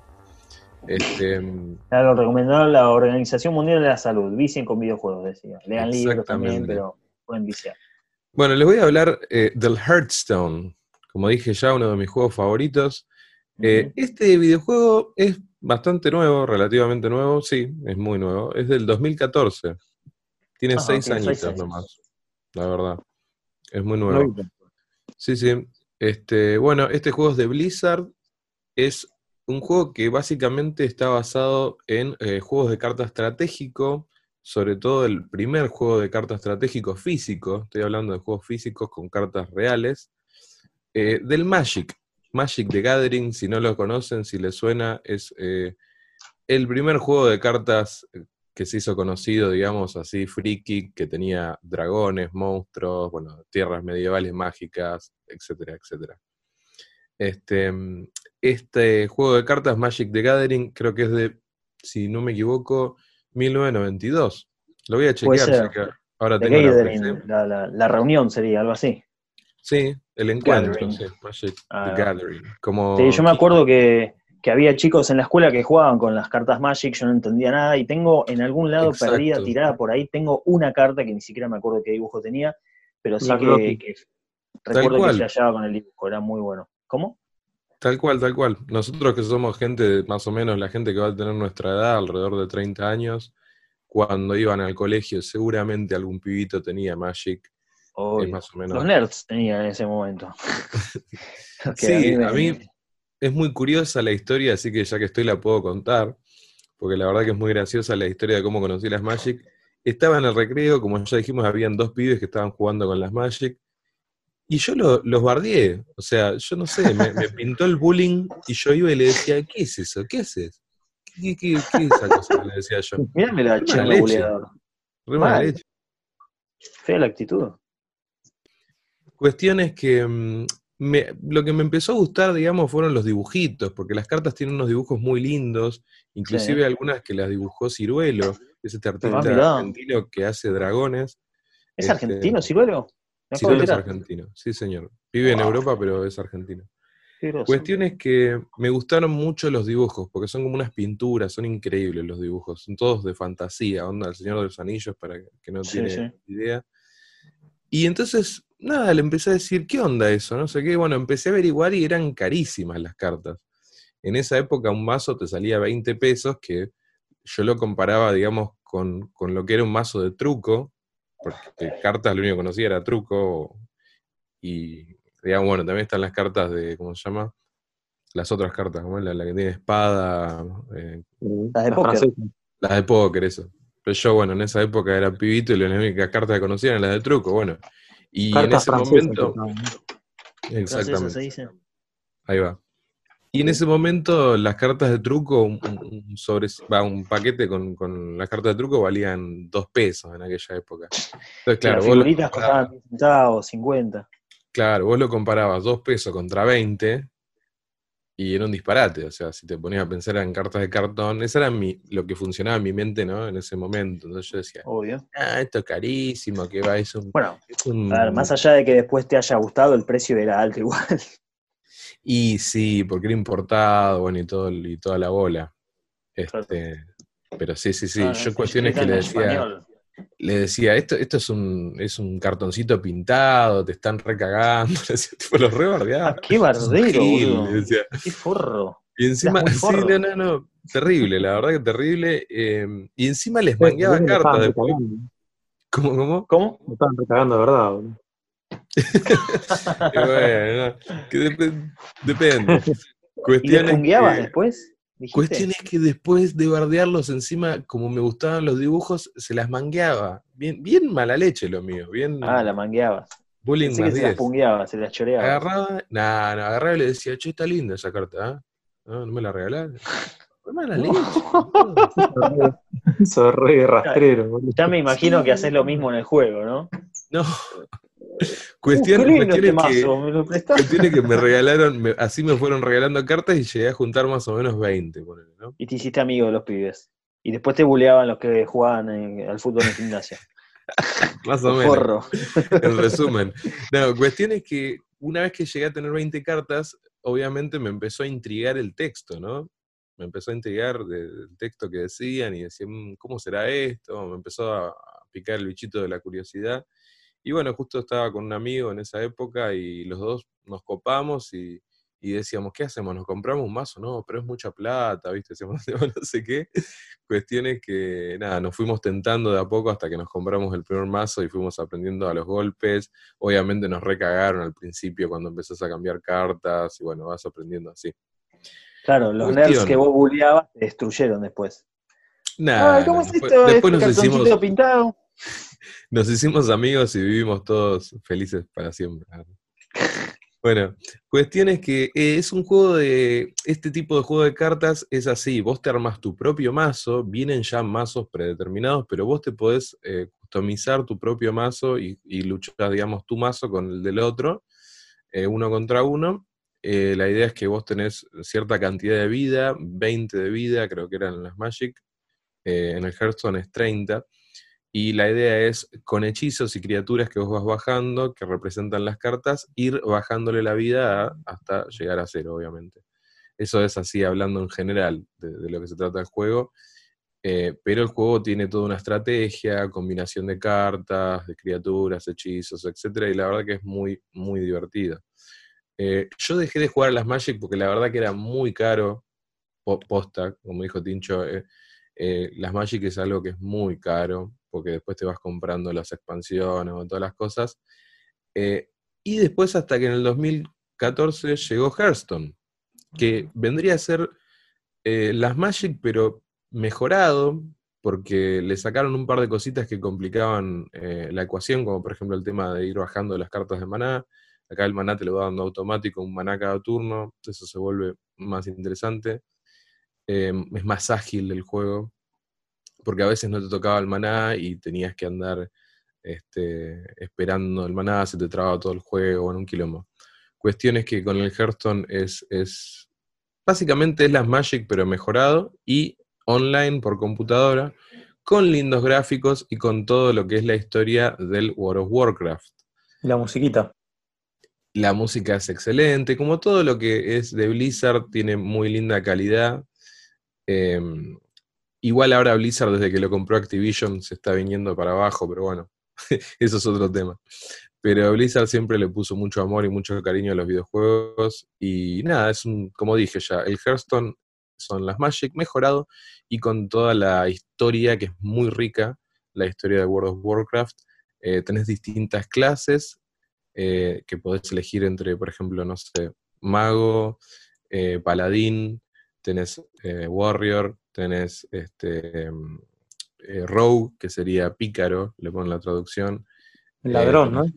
Lo recomendó la Organización Mundial de la Salud. Vicien con videojuegos, decía. Lean libros también, pero pueden viciar. Bueno, les voy a hablar del Hearthstone. Como dije ya, uno de mis juegos favoritos. Este videojuego es bastante nuevo, relativamente nuevo. Sí, es muy nuevo. Es del 2014. Tiene 6 añitos nomás, la verdad. Es muy nuevo. Sí. Bueno, este juego es de Blizzard. Es un juego que básicamente está basado en juegos de carta estratégico, sobre todo el primer juego de carta estratégico físico, estoy hablando de juegos físicos con cartas reales, del Magic the Gathering. Si no lo conocen, si les suena, es el primer juego de cartas que se hizo conocido, digamos así, friki, que tenía dragones, monstruos, bueno, tierras medievales mágicas, etcétera, etcétera. Este juego de cartas, Magic the Gathering, creo que es de, si no me equivoco, 1992. Lo voy a chequear, ya que ahora tengo la reunión sería, algo así. Sí, el encuentro, sí, Magic the Gathering. Sí, yo me acuerdo que había chicos en la escuela que jugaban con las cartas Magic, yo no entendía nada, y tengo en algún lado perdida, tirada por ahí, tengo una carta que ni siquiera me acuerdo qué dibujo tenía, pero sí que recuerdo que flasheaba con el dibujo, era muy bueno. ¿Cómo? Tal cual. Nosotros que somos gente, más o menos la gente que va a tener nuestra edad, alrededor de 30 años, cuando iban al colegio seguramente algún pibito tenía Magic. Más o menos. Los nerds tenían en ese momento. Sí, a mí es muy curiosa la historia, así que ya que estoy la puedo contar. porque la verdad que es muy graciosa la historia de cómo conocí las Magic. Estaba en el recreo, como ya dijimos, habían 2 pibes que estaban jugando con las Magic, y yo los bardeé. O sea, yo no sé, me pintó el bullying, y yo iba y le decía, ¿qué es eso? ¿Qué haces? ¿Qué es esa cosa? Le decía yo. Mírame la Re mala cherno leche, buleador. re mala Mal. leche. Fea la actitud. Cuestión es que lo que me empezó a gustar, digamos, fueron los dibujitos, porque las cartas tienen unos dibujos muy lindos, inclusive Sí. algunas que las dibujó Ciruelo, que es este Ah, artista mirá. argentino que hace dragones. ¿Es Este, argentino, Ciruelo? Me acabo de Ciruelo es enterar. argentino, sí señor. Vive en Wow, Europa, pero es argentino. qué groso. Cuestión es que me gustaron mucho los dibujos, porque son como unas pinturas, son increíbles los dibujos, son todos de fantasía, onda El Señor de los Anillos, para que no Sí, tiene sí. idea. Y entonces, nada, le empecé a decir, ¿qué onda eso? No sé qué. Bueno, empecé a averiguar y eran carísimas las cartas. En esa época un mazo te salía 20 pesos, que yo lo comparaba, digamos, con lo que era un mazo de truco, porque cartas lo único que conocía era truco, y, digamos, bueno, también están las cartas de, ¿cómo se llama? Las otras cartas, como la que tiene espada, Las de Las póker. francesas. las de póker, eso. Pero yo, bueno, en esa época era pibito y las únicas cartas que conocía eran las de truco, bueno. Y en Cartas ese francesas. momento, que estaban, ¿no? Francesa exactamente, se dice. ahí va. Y en ese momento las cartas de truco, un paquete con las cartas de truco valían 2 pesos en aquella época. Entonces, Que las claro, vos lo figuritas comparabas, costaban 10 centavos, 50. claro, vos lo comparabas 2 pesos contra 20 y era un disparate. O sea, si te ponías a pensar en cartas de cartón, eso era lo que funcionaba en mi mente, ¿no? En ese momento. Entonces yo decía, Obvio. esto es carísimo, que va, Bueno, es a ver, más un... allá de que después te haya gustado, el precio era alto igual. Y sí, porque era importado, bueno, y toda la bola. Claro. Pero sí, sí, sí. Ah, no, Yo yo estoy cuestiones que tan español. le decía, esto es un cartoncito pintado, te están recagando, le decía, tipo, los re Ah, bardeaba. qué Sos un bardero, gil, le boludo. decía. Qué forro. Y Eras encima, muy sí, forro. no, terrible, la verdad que terrible. Y encima les Pero mangueaba me cartas estaban después. recagando. ¿Cómo? ¿Cómo? Me estaban recagando de verdad, boludo. Y bueno, no, que depende. ¿Y les Cuestiones pungueabas que, después? ¿Dijiste? cuestiones que después de bardearlos encima, como me gustaban los dibujos, se las mangueaba. Bien, bien mala leche lo mío, Ah, bien la mangueabas. bullying Pensé que más se las 10. pungueabas, se las choreabas. Agarraba y le decía, che, está linda esa carta, ¿ah? ¿No me la regalás? Fue mala leche, boludo. Eso es re Ya, rastrero, boludo. ya me imagino que Sí, haces lo mismo en el juego, ¿no? no. Qué lindo este Cuestiones que, mazo, ¿me lo prestás? cuestiones que me regalaron, así me fueron regalando cartas y llegué a juntar más o menos 20, ponele, ¿no? Y te hiciste amigo de los pibes. Y después te buleaban los que jugaban al fútbol en gimnasia. Más o Los menos, forros. en resumen. No, cuestión es que una vez que llegué a tener 20 cartas, obviamente me empezó a intrigar el texto, ¿no? Me empezó a intrigar el texto que decían y decía, ¿cómo será esto? Me empezó a picar el bichito de la curiosidad. Y bueno, justo estaba con un amigo en esa época y los dos nos copamos y decíamos, ¿qué hacemos? ¿Nos compramos un mazo? No, pero es mucha plata, ¿viste? Decíamos, no sé qué. Cuestiones que, nada, nos fuimos tentando de a poco hasta que nos compramos el primer mazo y fuimos aprendiendo a los golpes. Obviamente nos recagaron al principio cuando empezás a cambiar cartas y bueno, vas aprendiendo así. Claro, los nerds que Cuestión, vos buleabas te destruyeron después. Ay, nada, ¿cómo es esto? después Este cartoncito pintado. nos hicimos amigos y vivimos todos felices para siempre. Bueno, cuestión es que es un juego este tipo de juego de cartas es así, vos te armas tu propio mazo, vienen ya mazos predeterminados, pero vos te podés customizar tu propio mazo y luchar, digamos, tu mazo con el del otro, uno contra uno. La idea es que vos tenés cierta cantidad de vida, 20 de vida, creo que eran las Magic, en el Hearthstone es 30. Y la idea es, con hechizos y criaturas que vos vas bajando, que representan las cartas, ir bajándole la vida hasta llegar a 0, obviamente. Eso es así, hablando en general de lo que se trata el juego. Pero el juego tiene toda una estrategia, combinación de cartas, de criaturas, hechizos, etc. Y la verdad que es muy, muy divertido. Yo dejé de jugar a las Magic porque la verdad que era muy caro, posta, como dijo Tincho. Las Magic es algo que es muy caro, porque después te vas comprando las expansiones o todas las cosas. Y después hasta que en el 2014 llegó Hearthstone, que vendría a ser las Magic, pero mejorado, porque le sacaron un par de cositas que complicaban la ecuación, como por ejemplo el tema de ir bajando las cartas de maná. Acá el maná te lo va dando automático, un maná cada turno, eso se vuelve más interesante. Es más ágil el juego, porque a veces no te tocaba el maná y tenías que andar esperando el maná, se te traba todo el juego, en un quilombo. Cuestión es que con el Hearthstone básicamente es las Magic, pero mejorado, y online por computadora, con lindos gráficos y con todo lo que es la historia del World of Warcraft. Y la musiquita. La música es excelente, como todo lo que es de Blizzard, tiene muy linda calidad. Igual ahora Blizzard, desde que lo compró Activision, se está viniendo para abajo, pero bueno, eso es otro tema. Pero Blizzard siempre le puso mucho amor y mucho cariño a los videojuegos. Y nada, como dije ya, el Hearthstone son las Magic mejorado y con toda la historia que es muy rica, la historia de World of Warcraft. Tenés distintas clases que podés elegir entre, por ejemplo, no sé, mago, paladín, tenés warrior, tenés rogue, que sería pícaro, le ponen la traducción. El ladrón, ¿no?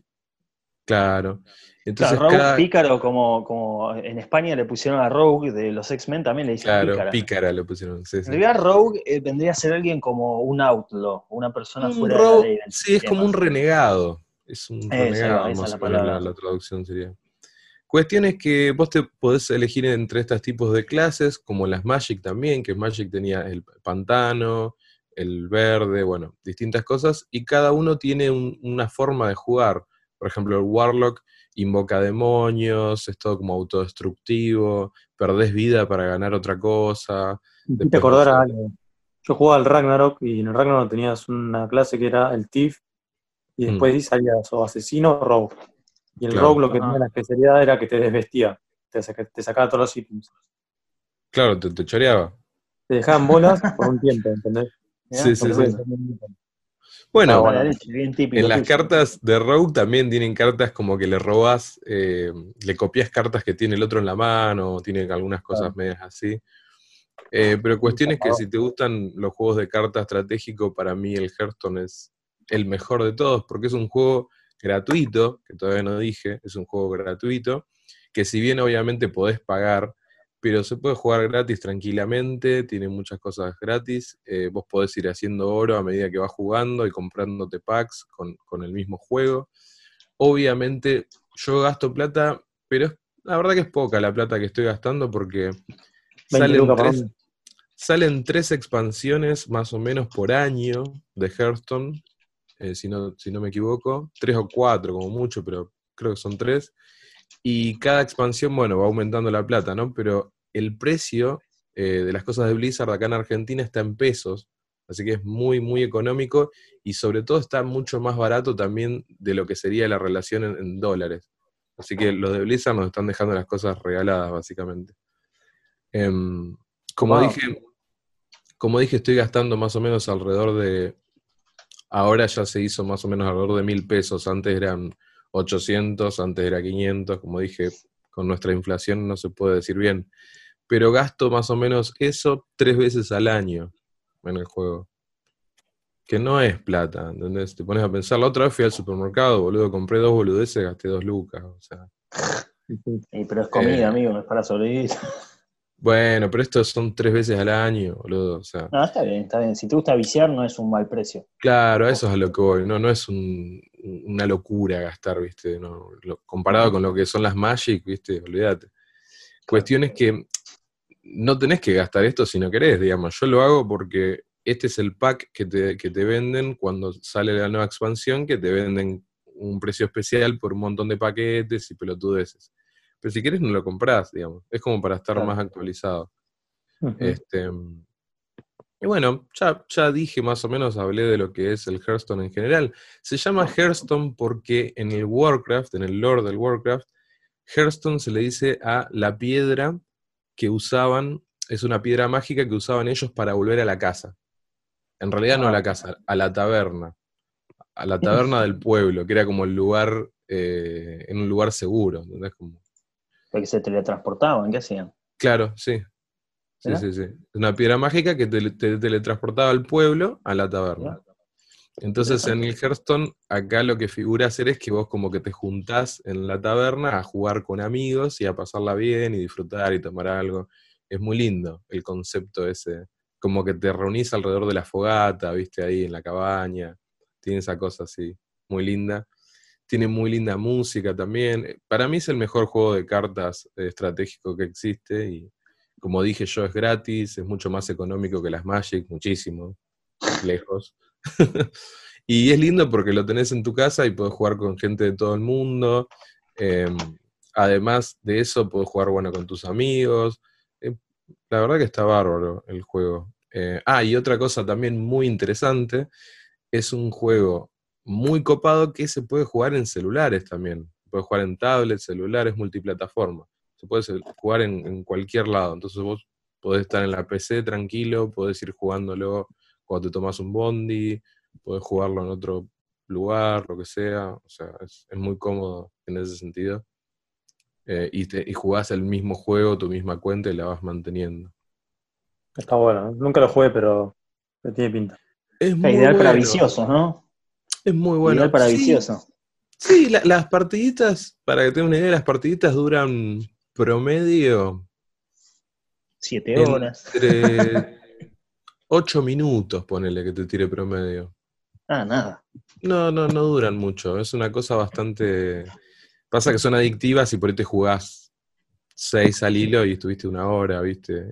Claro. Entonces Claro, Rogue, pícaro, como en España le pusieron a Rogue de los X-Men, también le dicen claro, pícara. pícara le pusieron. Sí, En sí. realidad Rogue vendría a ser alguien como un outlaw, una persona Un fuera rogue, de la ley. sí, es como un renegado. Es un renegado, esa es más la o menos palabra. la traducción sería. Cuestión es que vos te podés elegir entre estos tipos de clases, como las Magic también, que Magic tenía el pantano, el verde, bueno, distintas cosas, y cada uno tiene una forma de jugar. Por ejemplo, el Warlock invoca demonios, es todo como autodestructivo, perdés vida para ganar otra cosa. Me hiciste Después, acordar no a sé, algo. Yo jugaba al Ragnarok y en el Ragnarok tenías una clase que era el Thief y después salías o asesino o rogue. Y el claro. rogue lo que tenía la especialidad era que te desvestía, te sacaba todos los ítems. Claro, te choreaba. Te dejaban bolas por un tiempo, ¿entendés? Sí, sí, sí. Bueno, Bueno, bien típico, en las tuyo. cartas de Rogue también tienen cartas como que le robás, le copias cartas que tiene el otro en la mano, tiene algunas cosas medias así. Pero cuestión es que si te gustan los juegos de carta estratégico, para mí el Hearthstone es el mejor de todos, porque es un juego gratuito, que todavía no dije, es un juego gratuito, que si bien obviamente podés pagar, pero se puede jugar gratis tranquilamente, tiene muchas cosas gratis, vos podés ir haciendo oro a medida que vas jugando y comprándote packs con el mismo juego. Obviamente yo gasto plata, pero la verdad que es poca la plata que estoy gastando porque 20 lucas por año. salen 3 expansiones más o menos por año de Hearthstone, si no me equivoco, 3 o 4 como mucho, pero creo que son 3. Y cada expansión, bueno, va aumentando la plata, ¿no? Pero el precio de las cosas de Blizzard acá en Argentina está en pesos, así que es muy, muy económico y sobre todo está mucho más barato también de lo que sería la relación en dólares. Así que los de Blizzard nos están dejando las cosas regaladas, básicamente. Como dije, estoy gastando más o menos alrededor de... Ahora ya se hizo más o menos alrededor de 1.000 pesos, antes eran 800, antes era 500, como dije, con nuestra inflación no se puede decir bien, pero gasto más o menos eso 3 veces al año en el juego, que no es plata, ¿entendés? Te pones a pensar, la otra vez fui al supermercado, boludo, compré 2 boludeces, gasté 2 lucas, o sea. Pero es comida, amigo, no es para sobrevivir. Bueno, pero estos son 3 veces al año, boludo, o sea. No, está bien, está bien. Si te gusta viciar, no es un mal precio. Claro, a eso es a lo que voy, no es una locura gastar, ¿viste? No, comparado con lo que son las Magic, ¿viste? Olvídate. Cuestión es que no tenés que gastar esto si no querés, digamos. Yo lo hago porque este es el pack que te venden cuando sale la nueva expansión, que te venden un precio especial por un montón de paquetes y pelotudeces. Pero si querés no lo comprás, digamos. Es como para estar más actualizado. Y bueno, ya dije más o menos, hablé de lo que es el Hearthstone en general. Se llama Hearthstone porque en el Warcraft, en el lore del Warcraft, Hearthstone se le dice a la piedra que usaban, es una piedra mágica que usaban ellos para volver a la casa. En realidad no a la casa, a la taberna. A la taberna del pueblo, que era como el lugar, en un lugar seguro, ¿entendés? Porque se teletransportaban, ¿qué hacían? Claro, sí. Sí, ¿Verdad? sí, sí. Una piedra mágica que te teletransportaba al pueblo, a la taberna. Mirá. Entonces en el Interesante. Hearthstone, acá lo que figura hacer es que vos como que te juntás en la taberna a jugar con amigos y a pasarla bien y disfrutar y tomar algo. Es muy lindo el concepto ese. Como que te reunís alrededor de la fogata, viste, ahí en la cabaña. Tiene esa cosa así, muy linda. Tiene muy linda música también. Para mí es el mejor juego de cartas estratégico que existe y como dije yo es gratis, es mucho más económico que las Magic, muchísimo, lejos. Y es lindo porque lo tenés en tu casa y podés jugar con gente de todo el mundo. Eh, Además de eso, podés jugar bueno con tus amigos. Eh, la verdad que está bárbaro el juego. Y otra cosa también muy interesante, es un juego muy copado que se puede jugar en celulares también. Puedes jugar en tablets, celulares, multiplataforma. Se puede jugar en cualquier lado. Entonces vos podés estar en la PC tranquilo, podés ir jugándolo cuando te tomas un bondi, podés jugarlo en otro lugar, lo que sea. O sea, es muy cómodo en ese sentido. Y jugás el mismo juego, tu misma cuenta y la vas manteniendo. Está bueno. Nunca lo jugué, pero tiene pinta. Es Es muy ideal para bueno, viciosos, ¿no? es muy Ideal bueno. para Sí, viciosos. sí, las partiditas, para que tengas una idea, las partiditas duran promedio 7 horas. entre 8 minutos, ponele que te tire promedio. Nada. No duran mucho, es una cosa bastante... Pasa que son adictivas y por ahí te jugás 6 al hilo y estuviste 1 hora, ¿viste?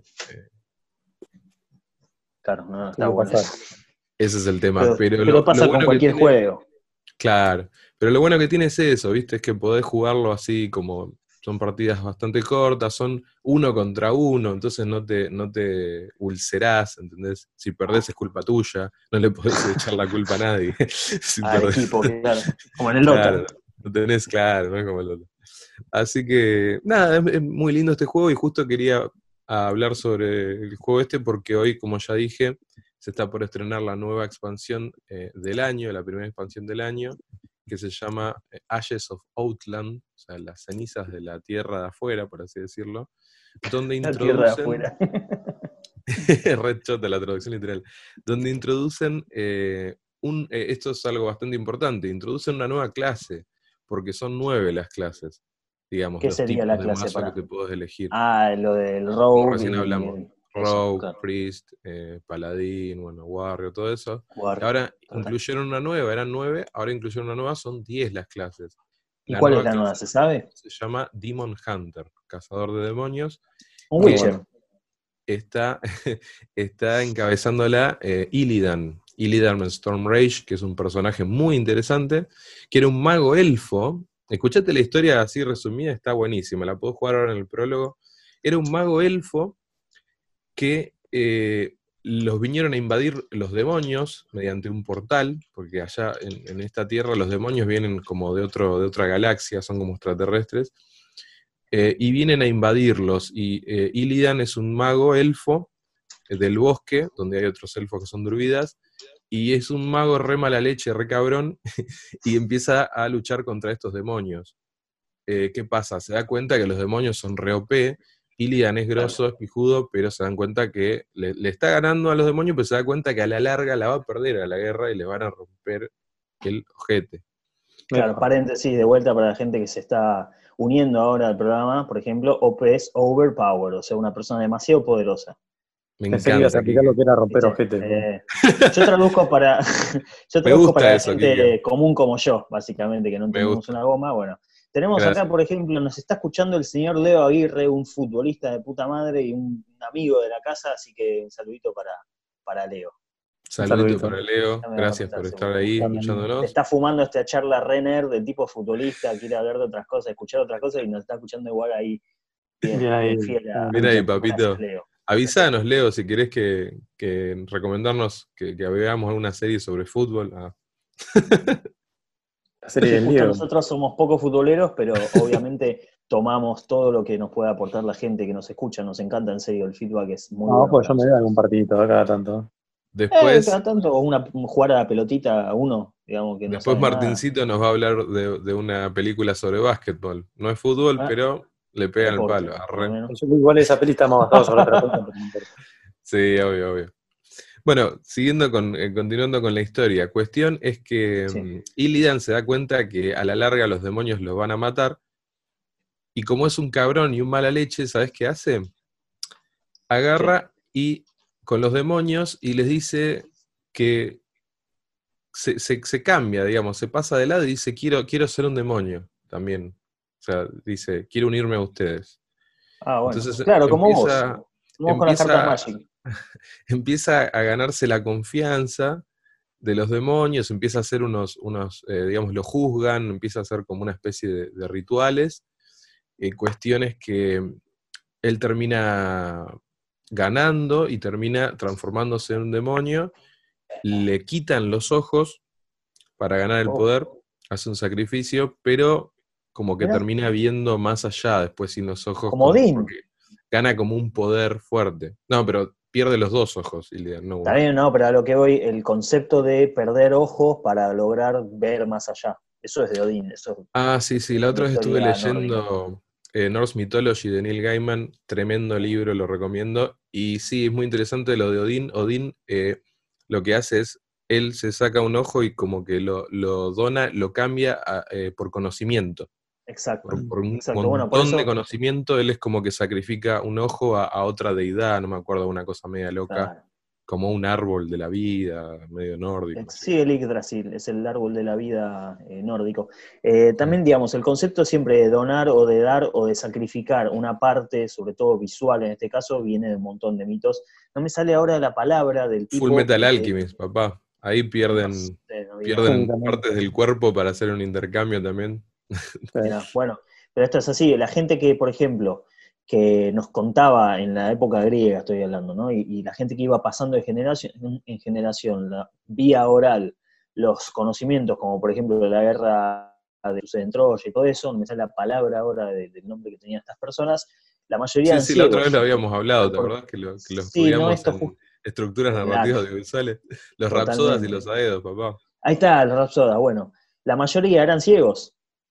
Claro, no, está Suele bueno. pasar. Ese es el tema. Pero Pero pasa lo con bueno que cualquier tiene... juego. Claro, pero lo bueno que tiene es eso, ¿viste? Es que podés jugarlo así como son partidas bastante cortas, son 1 contra 1, entonces no te ulcerás, ¿entendés? Si perdés es culpa tuya, no le podés echar la culpa a nadie. Si Al perdés. equipo, claro. Como en el Claro, Dota. no tenés claro, no es como el otro. Así que, nada, es muy lindo este juego y justo quería hablar sobre el juego este porque hoy, como ya dije, se está por estrenar la nueva expansión del año, la primera expansión del año, que se llama Ashes of Outland, o sea, las cenizas de la tierra de afuera, por así decirlo, donde La tierra de introducen, afuera. red chota la traducción literal, donde introducen, esto es algo bastante importante, introducen una nueva clase, porque son 9 las clases, digamos, ¿Qué los sería tipos la de clase mazo que para? te puedes elegir. Lo del Como Rogue recién y hablamos, eso, Rogue, claro. Priest, Paladín, bueno, Warrior, todo eso. Jugar. Y ahora Perfecto. incluyeron una nueva, eran 9, ahora incluyeron una nueva, son 10 las clases. ¿Y La cuál es nueva la nueva? clase ¿Se sabe? se llama Demon Hunter, cazador de demonios, Un que Witcher. está, está encabezándola Illidan Stormrage, que es un personaje muy interesante, que era un mago elfo. Escuchate la historia así resumida, está buenísima, la puedo jugar ahora en el prólogo. Era un mago elfo que los vinieron a invadir los demonios mediante un portal, porque allá en esta tierra los demonios vienen como de otra galaxia, son como extraterrestres, y vienen a invadirlos. Y Illidan es un mago elfo del bosque, donde hay otros elfos que son druidas, y es un mago re mala leche, re cabrón, y empieza a luchar contra estos demonios. ¿Qué pasa? Se da cuenta que los demonios son re OP, Illidan es grosso, es pijudo, pero se dan cuenta que le está ganando a los demonios, pero se da cuenta que a la larga la va a perder a la guerra y le van a romper el ojete. Claro, paréntesis de vuelta para la gente que se está uniendo ahora al programa. Por ejemplo, OP es overpower, o sea, una persona demasiado poderosa. Me Pensé que ibas a encanta, aplicar lo Kike. que era romper ¿Viste? ojete. Yo traduzco para, yo Me traduzco gusta para la eso, gente Kike. común como yo, básicamente, que no Me entendemos gusta. una goma. Bueno, tenemos Gracias. acá, por ejemplo, nos está escuchando el señor Leo Aguirre, un futbolista de puta madre y un amigo de la casa, así que un saludito para Leo. Saludito saludito. para Leo, Ya me va a gracias contar por estar seguro. ahí También. escuchándonos. Está fumando esta charla Renner de tipo futbolista, quiere hablar de otras cosas, escuchar otras cosas y nos está escuchando igual ahí. Bien, Bien ahí. bien fiel a... Mira ahí, Escucha. papito. Gracias, Leo. Avisanos, Leo, si querés que recomendarnos que veamos alguna serie sobre fútbol. La serie del Justo Diego. nosotros somos poco futboleros, pero obviamente tomamos todo lo que nos pueda aportar la gente que nos escucha. Nos encanta, en serio, el feedback es muy No, bueno. pues yo para me veo nosotros. algún partidito cada tanto. Después, Cada tanto, o jugar a la pelotita a uno, digamos que no después sabe nada. Martincito nos va a hablar de una película sobre básquetbol. No es fútbol, Ah, pero Le pegan el Deporte, palo, por arre. lo menos. Yo creo que igual esa peli está más basada sobre otra cosa, pero no importa. Sí, obvio, obvio. Bueno, continuando con la historia, cuestión es que Sí. Illidan se da cuenta que a la larga los demonios los van a matar, y como es un cabrón y un mala leche, ¿sabes qué hace? Agarra y con los demonios y les dice que se cambia, digamos, se pasa de lado y dice, quiero ser un demonio también. O sea, dice, quiero unirme a ustedes. Ah, bueno. Entonces Claro, como vos. Como vos con las cartas Magic. empieza a ganarse la confianza de los demonios, empieza a hacer digamos, lo juzgan, empieza a hacer como una especie de rituales, cuestiones que él termina ganando y termina transformándose en un demonio, le quitan los ojos para ganar el poder, hace un sacrificio, pero como que Mirá. termina viendo más allá después sin los ojos, Como Odín. porque gana como un poder fuerte. No, pero pierde los dos ojos, Illidan, no uno. Está bien, no, pero a lo que voy, el concepto de perder ojos para lograr ver más allá. Eso es de Odín. Eso Ah, sí, la otra vez estuve historia leyendo Norse Mythology de Neil Gaiman, tremendo libro, lo recomiendo, y sí, es muy interesante lo de Odín. Odín lo que hace es, él se saca un ojo y como que lo dona, lo cambia por conocimiento. Exacto. Por un Exacto. Bueno, por montón eso, de conocimiento, él es como que sacrifica un ojo a otra deidad, no me acuerdo, una cosa media loca, claro. como un árbol de la vida, medio nórdico. Sí, el Yggdrasil es el árbol de la vida nórdico. También, Mm. digamos, el concepto siempre de donar o de dar o de sacrificar una parte, sobre todo visual en este caso, viene de un montón de mitos. No me sale ahora la palabra del tipo... Full Metal Alchemist, papá. Ahí pierden, No sé, no vi pierden nada. partes del cuerpo para hacer un intercambio también. Mirá, bueno, pero esto es así, la gente que, por ejemplo, que nos contaba en la época griega, estoy hablando, ¿no? Y la gente que iba pasando de generación en generación, la vía oral, los conocimientos, como por ejemplo la guerra de sucede en Troya y todo eso, no me sale la palabra ahora del nombre que tenían estas personas, la mayoría eran Sí, la otra vez lo ciegos. habíamos hablado, ¿te acordás? Que lo Sí, no, estudiamos esto en estructuras claro, narrativas audiovisuales. Los rapsodas y totalmente. los aedos, papá. Ahí está, el Rapsoda, bueno, la mayoría eran ciegos.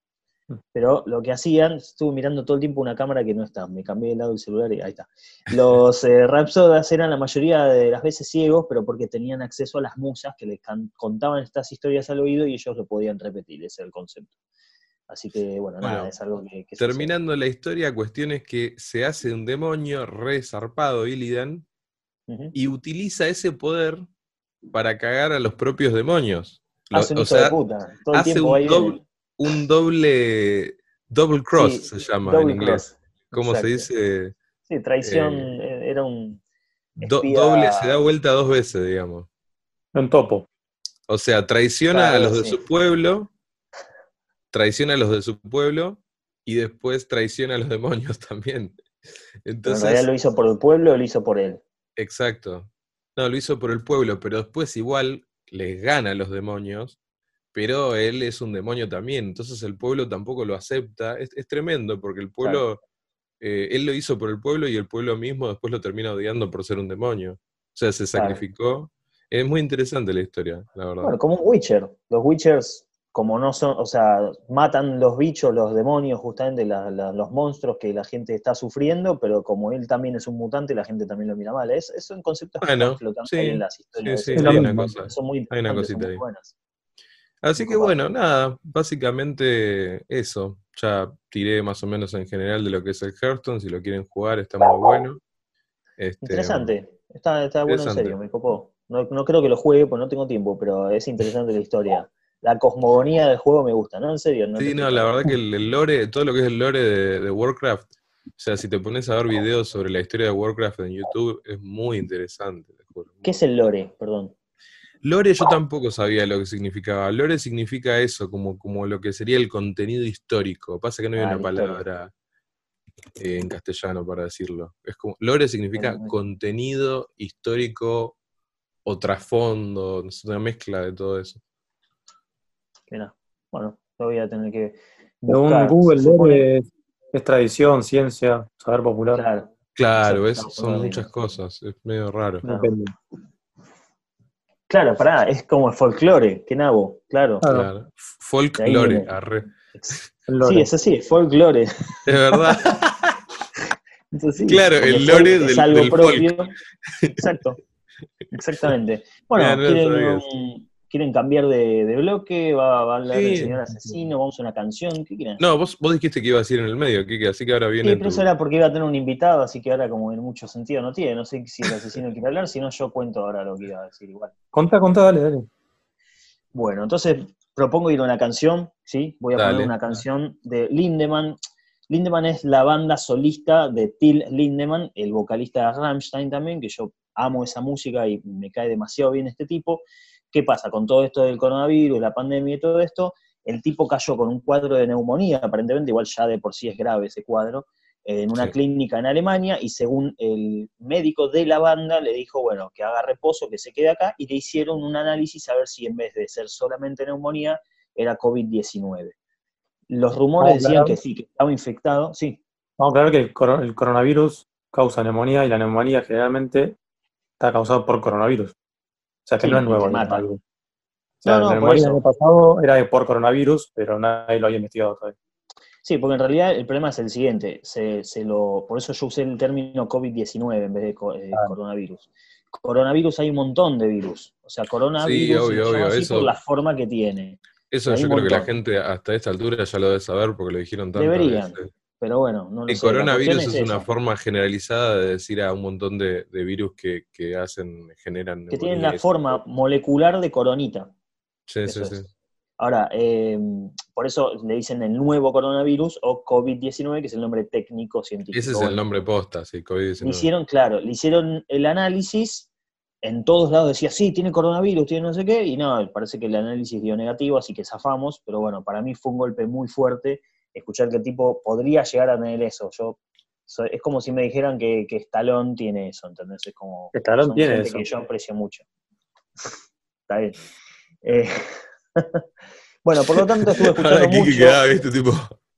Pero lo que hacían, estuve mirando todo el tiempo una cámara que no está, me cambié de lado del celular y ahí está. Los Rapsodas eran la mayoría de las veces ciegos, pero porque tenían acceso a las musas que les contaban estas historias al oído y ellos lo podían repetir, ese era el concepto. Así que, bueno, nada, es algo que terminando la historia, cuestión es que se hace un demonio re zarpado, Illidan, y utiliza ese poder para cagar a los propios demonios. Hace un hijo de puta, todo el hace tiempo ahí un double cross, sí, se llama double en inglés. cross. ¿Cómo se Exacto. dice? Sí, traición, era un espía... Doble, se da vuelta dos veces, digamos. Un topo. O sea, traiciona Claro, a los de sí. su pueblo, traiciona a los de su pueblo, y después traiciona a los demonios también. Pero Entonces, en realidad lo hizo por el pueblo o lo hizo por él. exacto. No, lo hizo por el pueblo, pero después igual les gana a los demonios, pero él es un demonio también, entonces el pueblo tampoco lo acepta. Es tremendo, porque el pueblo, él lo hizo por el pueblo y el pueblo mismo después lo termina odiando por ser un demonio. O sea, se sacrificó. Es muy interesante la historia, la verdad. Bueno, como un Witcher. Los Witchers, como no son, o sea, matan los bichos, los demonios, justamente los monstruos que la gente está sufriendo, pero como él también es un mutante, la gente también lo mira mal. Son conceptos que están flotando ahí en las historias sí, de ese hay tipo. una cosa. Son muy Hay una interesantes, son cosita muy ahí. buenas. Así Muy que copadas. bueno, nada, básicamente eso. Ya tiré más o menos en general de lo que es el Hearthstone, si lo quieren jugar está muy bueno. Interesante, está bueno en interesante. serio, me copó. No creo que lo juegue, pues no tengo tiempo, pero es interesante la historia. La cosmogonía del juego me gusta, ¿no? En serio, no te Sí, estoy no, la jodiendo. verdad que el lore, todo lo que es el lore de Warcraft, o sea, si te pones a ver videos sobre la historia de Warcraft en YouTube, es muy interesante. Te juro. ¿Qué es el lore? Perdón. Lore yo tampoco sabía lo que significaba. Lore significa eso, como lo que sería el contenido histórico. Pasa que no hay una La historia. palabra en castellano para decirlo. Es como, lore significa contenido histórico o trasfondo, no sé, una mezcla de todo eso. Mirá. Bueno, lo voy a tener que Según buscar. Google, Se supone... es tradición, ciencia, saber popular. Exacto, Claro, son estamos hablando de muchas cosas, es medio raro. Depende. Claro, pará, es como el folclore, qué nabo, claro. Claro. Folk De ahí lore, viene. arre. El lore. Sí, es así, folclore. Es verdad. Entonces, sí, Claro, porque el lore folk es del, algo del propio. folk. Exacto, exactamente. Bueno, Mira, no lo sabías. ¿quieren cambiar de bloque? ¿Va a hablar el Sí. señor asesino? ¿Vamos a una canción? ¿Qué quieren No, hacer? vos dijiste que iba a decir en el medio, Kike, así que ahora Sí, viene pero eso tu... era porque iba a tener un invitado, así que ahora como en mucho sentido no tiene. No sé si el asesino quiere hablar, si no yo cuento ahora lo que iba a decir igual. Contá, dale. Bueno, entonces propongo ir a una canción, ¿sí? Voy a poner Dale. una canción de Lindemann. Lindemann es la banda solista de Till Lindemann, el vocalista de Rammstein también, que yo amo esa música y me cae demasiado bien este tipo. ¿Qué pasa? Con todo esto del coronavirus, la pandemia y todo esto, el tipo cayó con un cuadro de neumonía, aparentemente, igual ya de por sí es grave ese cuadro, en una Sí. clínica en Alemania, y según el médico de la banda le dijo, bueno, que haga reposo, que se quede acá, y le hicieron un análisis a ver si en vez de ser solamente neumonía, era COVID-19. Los rumores Vamos a decían aclarar, que sí, que estaba infectado, sí. vamos a aclarar que el coronavirus causa neumonía y la neumonía generalmente está causada por coronavirus. O sea que no Sí, es y nuevo te el mata. coronavirus. O sea, No, la no, por neumonía del año eso. pasado era por coronavirus, pero nadie lo había investigado todavía. Sí, porque en realidad el problema es el siguiente. Por eso yo usé el término COVID-19 en vez de coronavirus. Coronavirus hay un montón de virus. O sea, Sí, coronavirus se lo llama obvio. así por la forma que tiene. Eso Hay yo un creo que la montón. gente hasta esta altura ya lo debe saber porque lo dijeron tantas Deberían, veces. pero bueno, no lo El sé. La cuestión coronavirus es es una eso, forma generalizada de decir a un montón de virus que generan que tienen neumonía la y esas forma cosas. molecular de coronita. Sí. Eso es. Ahora, por eso le dicen el nuevo coronavirus o COVID-19, que es el nombre técnico Ese científico. es el Bueno, nombre posta, sí, le COVID-19. hicieron, claro, le hicieron el análisis, en todos lados decía, sí, tiene coronavirus, tiene no sé qué, y no, parece que el análisis dio negativo, así que zafamos, pero bueno, para mí fue un golpe muy fuerte escuchar que el tipo podría llegar a tener eso. Es como si me dijeran que Stallone tiene eso, ¿entendés? Es como, Stallone son tiene gente eso. que yo aprecio mucho. Está bien. Eh, bueno, por lo tanto estuve escuchando Ahora Kiki mucho. quedaba, ¿viste? Tipo,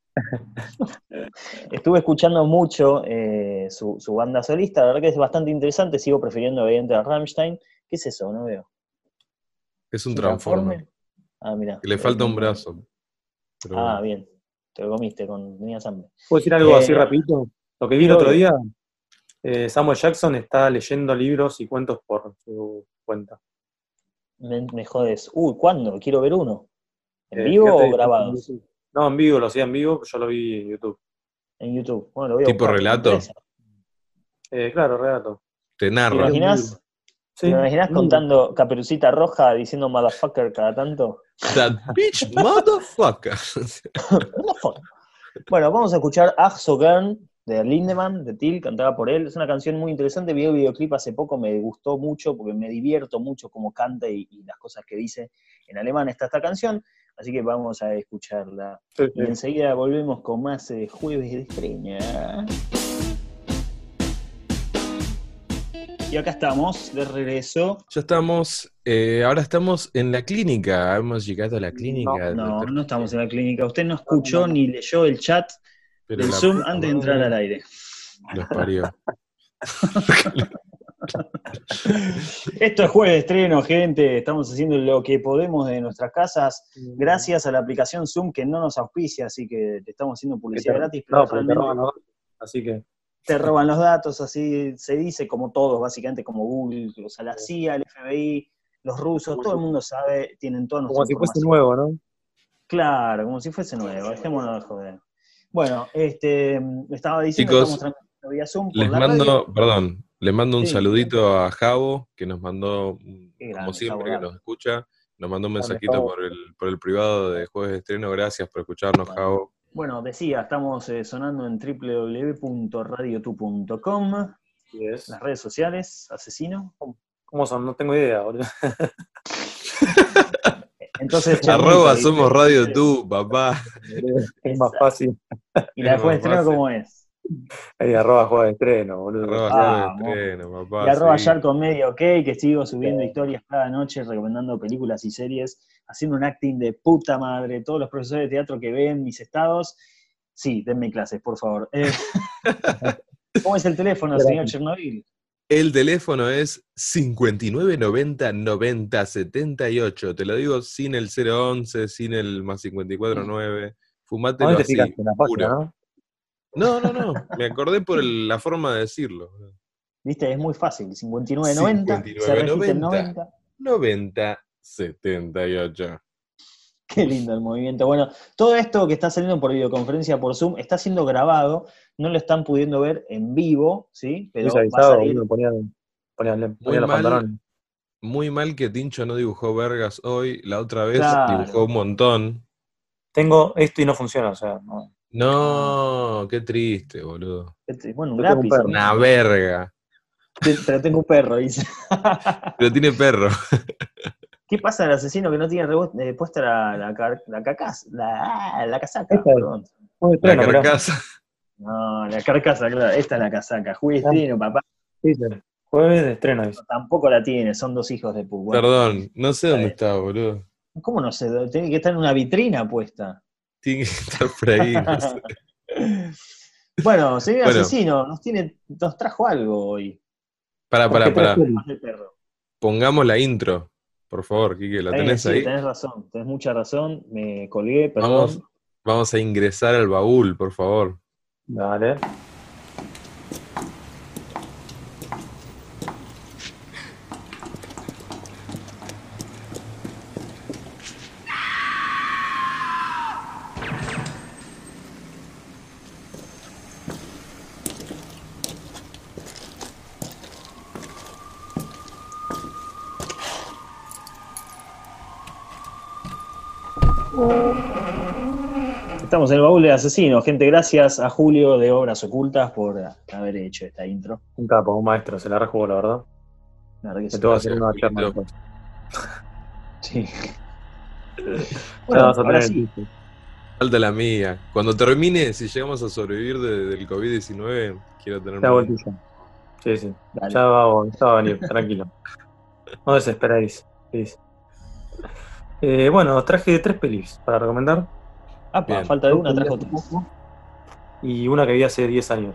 Estuve escuchando mucho su banda solista, la verdad que es bastante interesante, sigo prefiriendo obviamente a Rammstein. ¿Qué es eso? No veo. es un ¿Es un Transformer. transforme? Ah, mira. Que le falta un brazo. Pero Ah, bueno. bien. Te lo comiste, tenías hambre. ¿Puedo decir algo así rapidito? Lo que vi Sí, el otro obvio. día, Samuel Jackson está leyendo libros y cuentos por su cuenta. Me jodes. Uy, ¿cuándo? Quiero ver uno. ¿En vivo Fíjate, o grabados? no, en vivo, lo hacía en vivo, yo lo vi en YouTube. En YouTube. Bueno, lo voy a ¿Tipo buscar, me relato? interesa. Claro, relato. Te ¿Te narra. imaginás? Sí, ¿Te imaginás un libro. contando Caperucita Roja diciendo motherfucker cada tanto? That bitch motherfucker. Bueno, vamos a escuchar Ach so gern de Lindemann, de Till, cantada por él. Es una canción muy interesante, vi el videoclip hace poco, me gustó mucho porque me divierto mucho cómo canta y las cosas que dice en alemán está esta canción, así que vamos a escucharla. Sí. Y enseguida volvemos con más Jueves de Estrella. Y acá estamos, de regreso. Ya estamos, ahora estamos en la clínica, hemos llegado a la clínica. No estamos en la clínica. Usted no escuchó ni leyó el chat Pero del la Zoom puta antes de entrar madre al aire. los parió. Esto es Jueves de Estreno, gente. Estamos haciendo lo que podemos de nuestras casas, gracias a la aplicación Zoom que no nos auspicia, así que te estamos haciendo publicidad gratis, pero No, porque te realmente roban los datos, así que... te roban los datos, así se dice, como todos, básicamente, como Google, o sea, la CIA, el FBI, los rusos, todo el mundo sabe, tienen toda nuestra Como si fuese información. nuevo, ¿no? Claro, como si fuese nuevo, dejémonos de joder. Bueno, estaba diciendo Chicos, que estamos transmitiendo vía Zoom por les la radio. le mando un Sí. saludito a Javo, que nos mandó, Qué como grande, siempre, Javo, que nos escucha. Nos mandó un Grande, mensajito Javo. por el privado de Jueves de Estreno. Gracias por escucharnos, Javo. Bueno, decía, estamos sonando en www.radiotu.com, Yes. las redes sociales, asesino. ¿Cómo son? No tengo idea, boludo. Entonces, @ ¿viste? somos Radio Tú, papá. Es más fácil. ¿Y la después de Es más estreno fácil. cómo es? Ahí @juega de estreno, boludo. @ Ya. Jueves de Vamos. Estreno, papá. Y @ sí. Yarco Medio, ok, que sigo subiendo historias cada noche, recomendando películas y series, haciendo un acting de puta madre. Todos los profesores de teatro que ven mis estados, sí, denme clases, por favor. ¿Cómo es el teléfono, señor Chernobyl? El teléfono es 5990-9078. Te lo digo sin el 011, sin el +549. Fumátelo ¿Dónde te así, fijaste? En la página, puro. ¿no? No, me acordé por la forma de decirlo. ¿Viste? Es muy fácil. 59-90, se resiste el 59-90, 90. 90-78. Qué lindo el movimiento. Bueno, todo esto que está saliendo por videoconferencia por Zoom está siendo grabado, no lo están pudiendo ver en vivo, ¿sí? Pero Hubiese va a avisado, salir. boludo, ponía Muy los mal, pantalones. muy mal que Tincho no dibujó vergas hoy. La otra vez dibujó Claro. un montón. Tengo esto y no funciona, o sea, no. No, qué triste, boludo. Bueno, un Yo tengo un lápiz, perro. Una amigo. verga. Pero tengo un perro, dice. Pero tiene perro. ¿Qué pasa al asesino que no tiene puesta la casaca? Esta es, Perdón. muy La estreno, mirá. carcasa. No, la carcasa, claro. Esta es la casaca. Juegue Ah, estreno, papá. dice, jueves de estreno, dice. Tampoco la tiene, son dos hijos de pu. Bueno, Perdón, no sé está dónde bien. está, boludo. ¿Cómo no sé? Tiene que estar en una vitrina puesta. Tiene que estar por ahí, no sé. Bueno, señor Bueno. asesino, nos trajo algo hoy. Pará. Además del perro. Pongamos la intro, por favor, Quique. ¿La tenés Sí, ahí? tenés razón, tenés mucha razón. Me colgué, perdón. Vamos a ingresar al baúl, por favor. Dale. Estamos en el baúl de asesinos. Gente, gracias a Julio de Obras Ocultas por haber hecho esta intro. Un capo, un maestro, se la rejugó, la verdad. La verdad que Me sí. tengo que hacer Gracias, una Julito. charla después. Sí. Ya Bueno, vas a ahora tener el sí. chiste. Falta la mía. Cuando termine, si llegamos a sobrevivir del COVID-19, quiero tener Te hago mi el tuyo. Sí, sí. Dale. Ya va a venir, tranquilo. No desesperéis, please. Bueno, traje 3 pelis para recomendar. Apa, Bien. falta de Dos una, que vi trajo hace tres. poco y una que vi hace 10 años.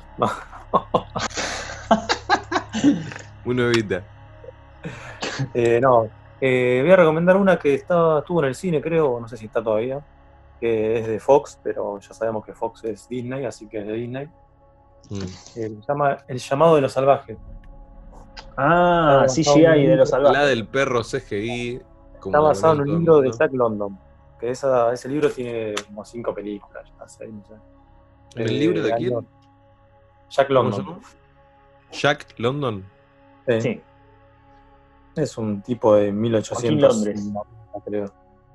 Muy nuevita. No, voy a recomendar una que estuvo en el cine, creo, no sé si está todavía, que es de Fox, pero ya sabemos que Fox es Disney, así que es de Disney. Se llama El llamado de los salvajes. Ah, Está basado en un CGI de los libro- La salvajes. del perro CGI. Como Está la basado en conoce un todo el libro de mundo. Jack London, que ese libro tiene como 5 películas, ya 6, no sé. ¿En el libro de quién? Jack ¿Cómo se London. llama? Jack London. Sí. Sí. Es un tipo de Joaquín 1800, Londres. creo.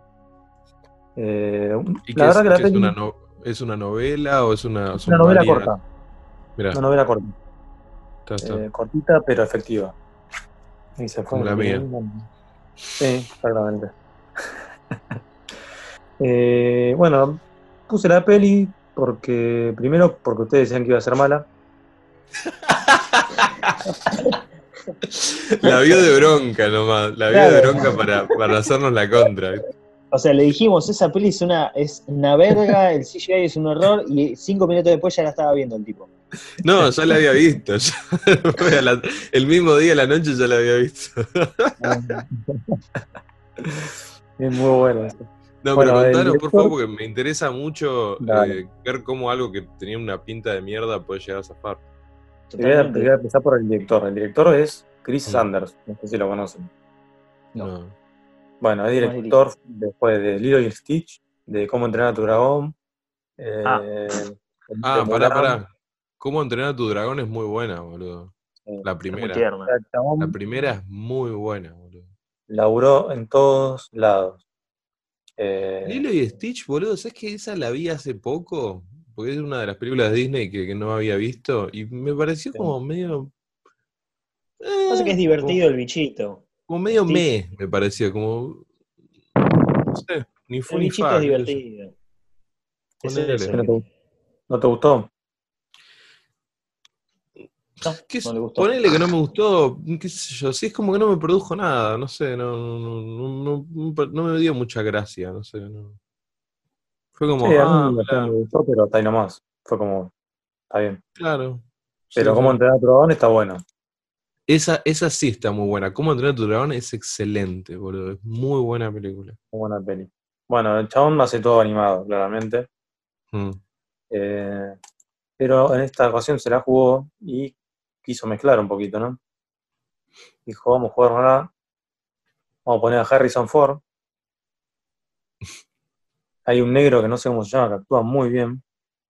¿Y La verdad que la peli es una novela o es una, es son una novela varias? corta. Mirá, Una novela corta. está. Cortita pero efectiva. Y se fue Como la mía. Sí, exactamente. Bueno, puse la peli primero porque ustedes decían que iba a ser mala. La vio de bronca nomás. La vio de bronca para hacernos la contra. O sea, le dijimos, esa peli es una verga, el CGI es un horror, y 5 minutos después ya la estaba viendo el tipo. No, ya la había visto. El mismo día, a la noche, ya la había visto. Es muy bueno eso. No, Bueno, pero el contanos, por director- favor, porque me interesa mucho Dale. ver cómo algo que tenía una pinta de mierda puede llegar a zafar. Voy a Totalmente. empezar por el director. El director es Chris Mm. Sanders, no sé si lo conocen. No. Bueno, es No es director después de Lilo y Stitch, de Cómo entrenar a tu dragón. Ah. de Ah, Mulan. pará. ¿Cómo entrenar a tu dragón? Es muy buena, boludo. La Es muy primera. tierna. El chabón La primera es muy buena, boludo. laburó en todos lados. Lilo y Stitch, boludo, ¿sabes que esa la vi hace poco? Porque es una de las películas de Disney que no había visto y me pareció Sí. como medio... Pasa que es divertido el bichito. Como medio Stitch. me pareció, como... No sé, ni fu El ni bichito fa. es qué sé yo. divertido. Es Ponele. eso. ¿No te gustó? No, ¿Qué no le gustó. ponele que no me gustó, qué sé yo, sí es como que no me produjo nada, no sé, no me dio mucha gracia, no sé, no. Fue como, Sí, a mí bla, me gustó, pero hasta ahí nomás. Fue como, está bien. claro. Pero Sí, Cómo sí. entrenar a tu dragón está bueno. Esa sí está muy buena. Cómo entrenar a tu dragón es excelente, boludo. Es muy buena película. Muy buena peli. Bueno, el chabón hace todo animado, claramente. Mm. pero en esta ocasión se la jugó y quiso mezclar un poquito, ¿no? Dijo, vamos a jugar nada, vamos a poner a Harrison Ford. Hay un negro que no sé cómo se llama, que actúa muy bien.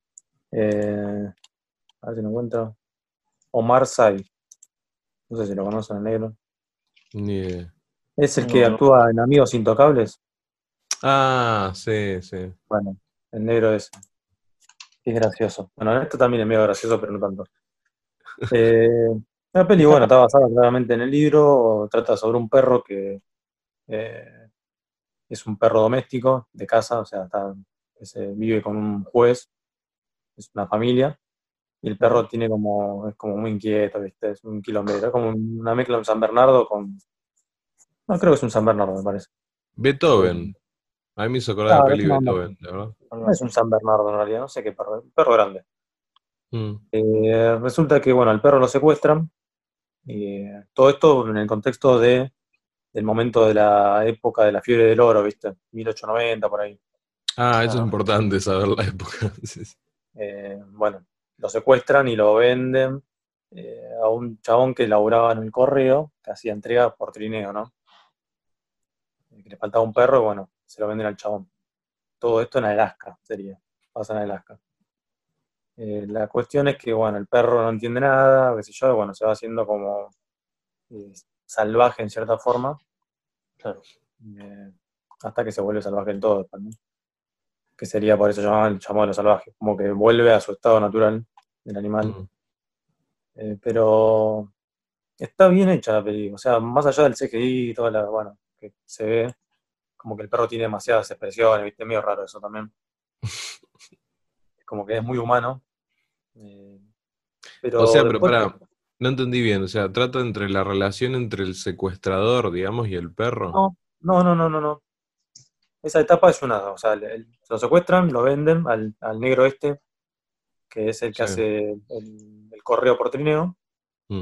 A ver si lo encuentro. Omar Sy. No sé si lo conocen, el negro. Ni idea. Es el que No, no. actúa en Amigos Intocables. Ah, sí, sí. Bueno, el negro es gracioso. Bueno, en esto también es medio gracioso, pero no tanto. La peli, bueno, está basada claramente en el libro. Trata sobre un perro que es un perro doméstico de casa, o sea, vive con un juez, es una familia. Y el perro es como muy inquieto, ¿viste? Es un quilombero, es como una mezcla de un San Bernardo con... No, creo que es un San Bernardo, me parece. Beethoven. A mí me hizo acordar la Claro, peli es una Beethoven, la verdad. no es un San Bernardo en realidad, no sé qué perro, es un perro grande. Mm. Resulta que, bueno, al perro lo secuestran, y todo esto en el contexto del momento de la época de la fiebre del oro, ¿viste? 1890, por ahí. Ah, eso es importante saber la época. Sí, sí. Bueno, lo secuestran y lo venden a un chabón que laburaba en el correo, que hacía entrega por trineo, ¿no? Que le faltaba un perro, y bueno, se lo venden al chabón. Todo esto en Alaska, pasa en Alaska. La cuestión es que, bueno, el perro no entiende nada, qué sé yo, y bueno, se va haciendo como salvaje en cierta forma, Claro. hasta que se vuelve salvaje del todo, ¿no? Que sería por eso el llamado de los salvajes, como que vuelve a su estado natural del animal. Pero está bien hecha la película, o sea, más allá del CGI y todo bueno, que se ve, como que el perro tiene demasiadas expresiones, ¿viste? Medio raro eso también. Como que es muy humano. Pero O sea, pero después, no entendí bien. O sea, trata entre la relación entre el secuestrador, digamos, y el perro. no. Esa etapa es una, o sea, se lo secuestran, lo venden al negro este, que es el que Sí. hace el correo por trineo. Mm.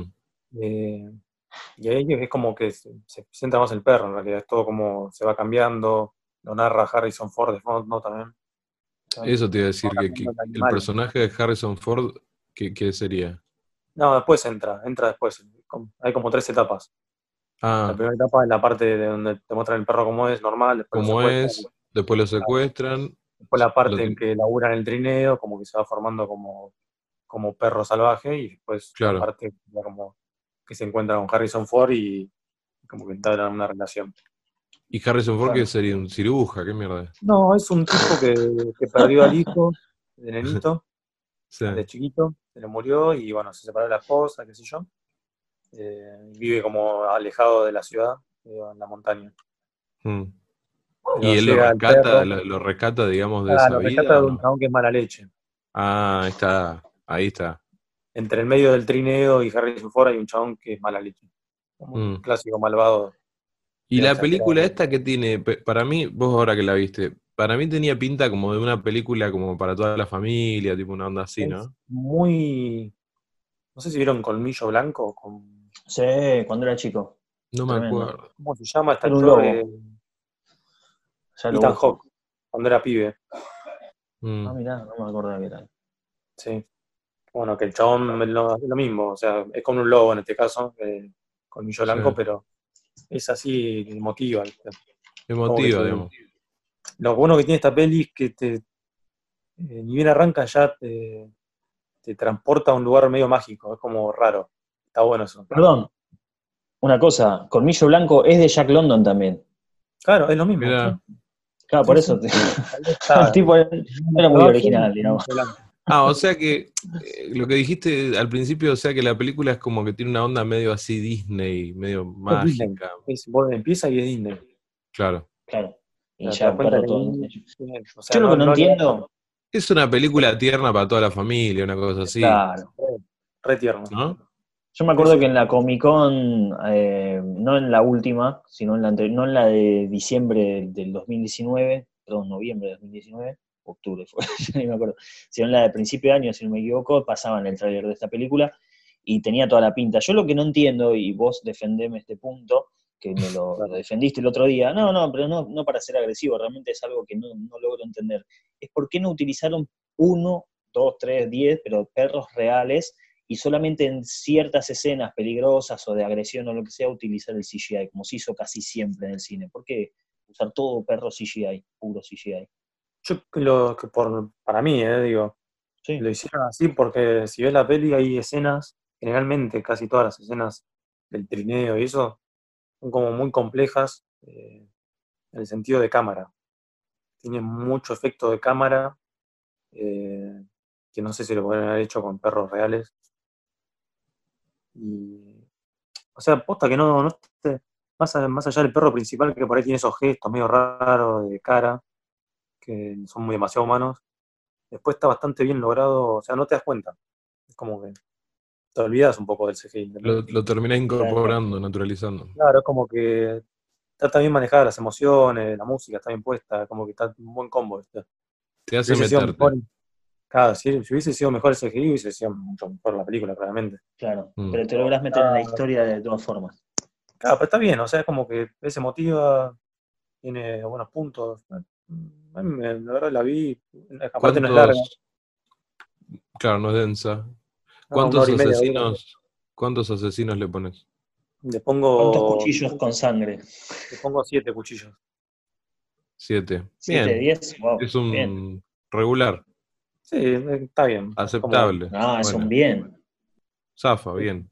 Y ahí es como que se sienta más el perro, en realidad. Es todo como se va cambiando. Lo narra Harrison Ford de fondo también. Eso te iba a decir, Va que cambiando el el animal. personaje de Harrison Ford, ¿qué sería? No, después entra después. Hay como 3 etapas. La Ah, primera etapa es la parte de donde te muestran el perro como es, normal, después lo como secuestran. es, después lo secuestran. Después la lo parte en ti- que laburan el trineo, como que se va formando como perro salvaje, y después la Claro. parte ya como que se encuentra con Harrison Ford y como que entablan una relación. ¿Y Harrison Ford qué Claro. sería? ¿Un ciruja? ¿Qué mierda? No, es un tipo que perdió al hijo de nenito, Sí. de chiquito, se le murió y bueno, se separó de la esposa, qué sé yo. Vive como alejado de la ciudad, en la montaña. Mm. Pero ¿Y él lo llega el rescata, perro, lo rescata, digamos, de esa lo rescata vida de o un no? chabón que es mala leche. Ah, ahí está. Entre el medio del trineo y Harrison Ford hay un chabón que es mala leche. Como un Mm. clásico malvado, Y medio la película exagerado. esta que tiene, para mí, vos ahora que la viste, para mí tenía pinta como de una película como para toda la familia, tipo una onda así, Es ¿no? muy... No sé si vieron Colmillo Blanco, Sí, cuando era chico. No me Tremendo. acuerdo. ¿cómo se llama este Era un actor? lobo. Ya lo Ethan busco. Hawke, cuando era pibe. Mm. Ah, mirá, no me acordaba qué tal. Sí. Bueno, que el chabón es lo mismo, o sea, es con un lobo en este caso, Colmillo Sí. Blanco, pero es así emotiva, ¿viste? Como que Emotiva, digamos. lo bueno que tiene esta peli es que ni bien arranca ya te transporta a un lugar medio mágico, es como raro. Está bueno eso. Perdón, una cosa, Colmillo Blanco es de Jack London también. Claro, es lo mismo, sí. Claro, por Sí, sí. eso Ahí el está. tipo no era muy Salvaje y original, digamos. Colmillo Blanco. Ah, o sea que lo que dijiste al principio, o sea que la película es como que tiene una onda medio así Disney, medio Es Disney. mágica. Empieza y es Disney. Claro. Claro. O Y sea, te ya das el cuenta perro que todo. o sea, Yo lo que no no le entiendo, Es una película tierna para toda la familia, una cosa así, claro. re tierno. ¿no? Yo me Sí, acuerdo sí. que en la Comic Con, no en la última, sino en la no en la de diciembre del 2019, perdón, noviembre del 2019, octubre fue, ya ni me acuerdo, sino en la de principio de año, si no me equivoco, pasaban el tráiler de esta película y tenía toda la pinta. Yo lo que no entiendo, y vos defendeme este punto, que me lo Claro. defendiste el otro día, no, pero no para ser agresivo, realmente es algo que no logro entender, es por qué no utilizaron 1, 2, 3, 10, pero perros reales, y solamente en ciertas escenas peligrosas o de agresión o lo que sea, utilizar el CGI, como se hizo casi siempre en el cine. ¿Por qué usar todo perro CGI, puro CGI? Para mí, digo, Sí, lo hicieron así porque si ves la peli hay escenas, generalmente casi todas las escenas del trineo y eso, son como muy complejas en el sentido de cámara. Tiene mucho efecto de cámara, que no sé si lo podrían haber hecho con perros reales. Y, o sea, posta que no más allá del perro principal, que por ahí tiene esos gestos medio raros de cara, que son muy demasiado humanos, después está bastante bien logrado, o sea, no te das cuenta. Es como que te olvidas un poco del CGI. Lo terminás claro. incorporando, naturalizando. Claro, es como que está bien manejada las emociones, la música está bien puesta, como que está un buen combo, ¿viste? Te Si hace hubiese sido meterte. mejor, claro, si hubiese sido mejor el CGI, hubiese sido mucho mejor la película, claramente. Claro, Mm. pero te lográs meter en la historia de todas formas. Claro, pero está bien, o sea, es como que es emotiva, tiene buenos puntos. A mí, la verdad la vi, aparte no es larga, Claro, no es densa. no, 1 hora y media dura. ¿Cuántos asesinos le pones? Le ¿Cuántos pongo, cuchillos con sangre? le pongo 7 cuchillos. 7. ¿7, Bien, 10? Wow, es bien. un regular, Sí, está bien, es como, aceptable. No, es un Bueno, bien. zafa, bien.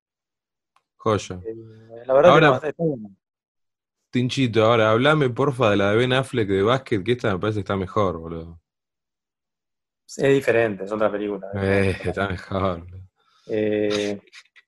Joya. eh, la verdad que no, Ahora, está bien. Tinchito, ahora hablame porfa de la de Ben Affleck de básquet, que esta me parece que está mejor, boludo. Es diferente, es otra película. Está mejor, boludo. Eh,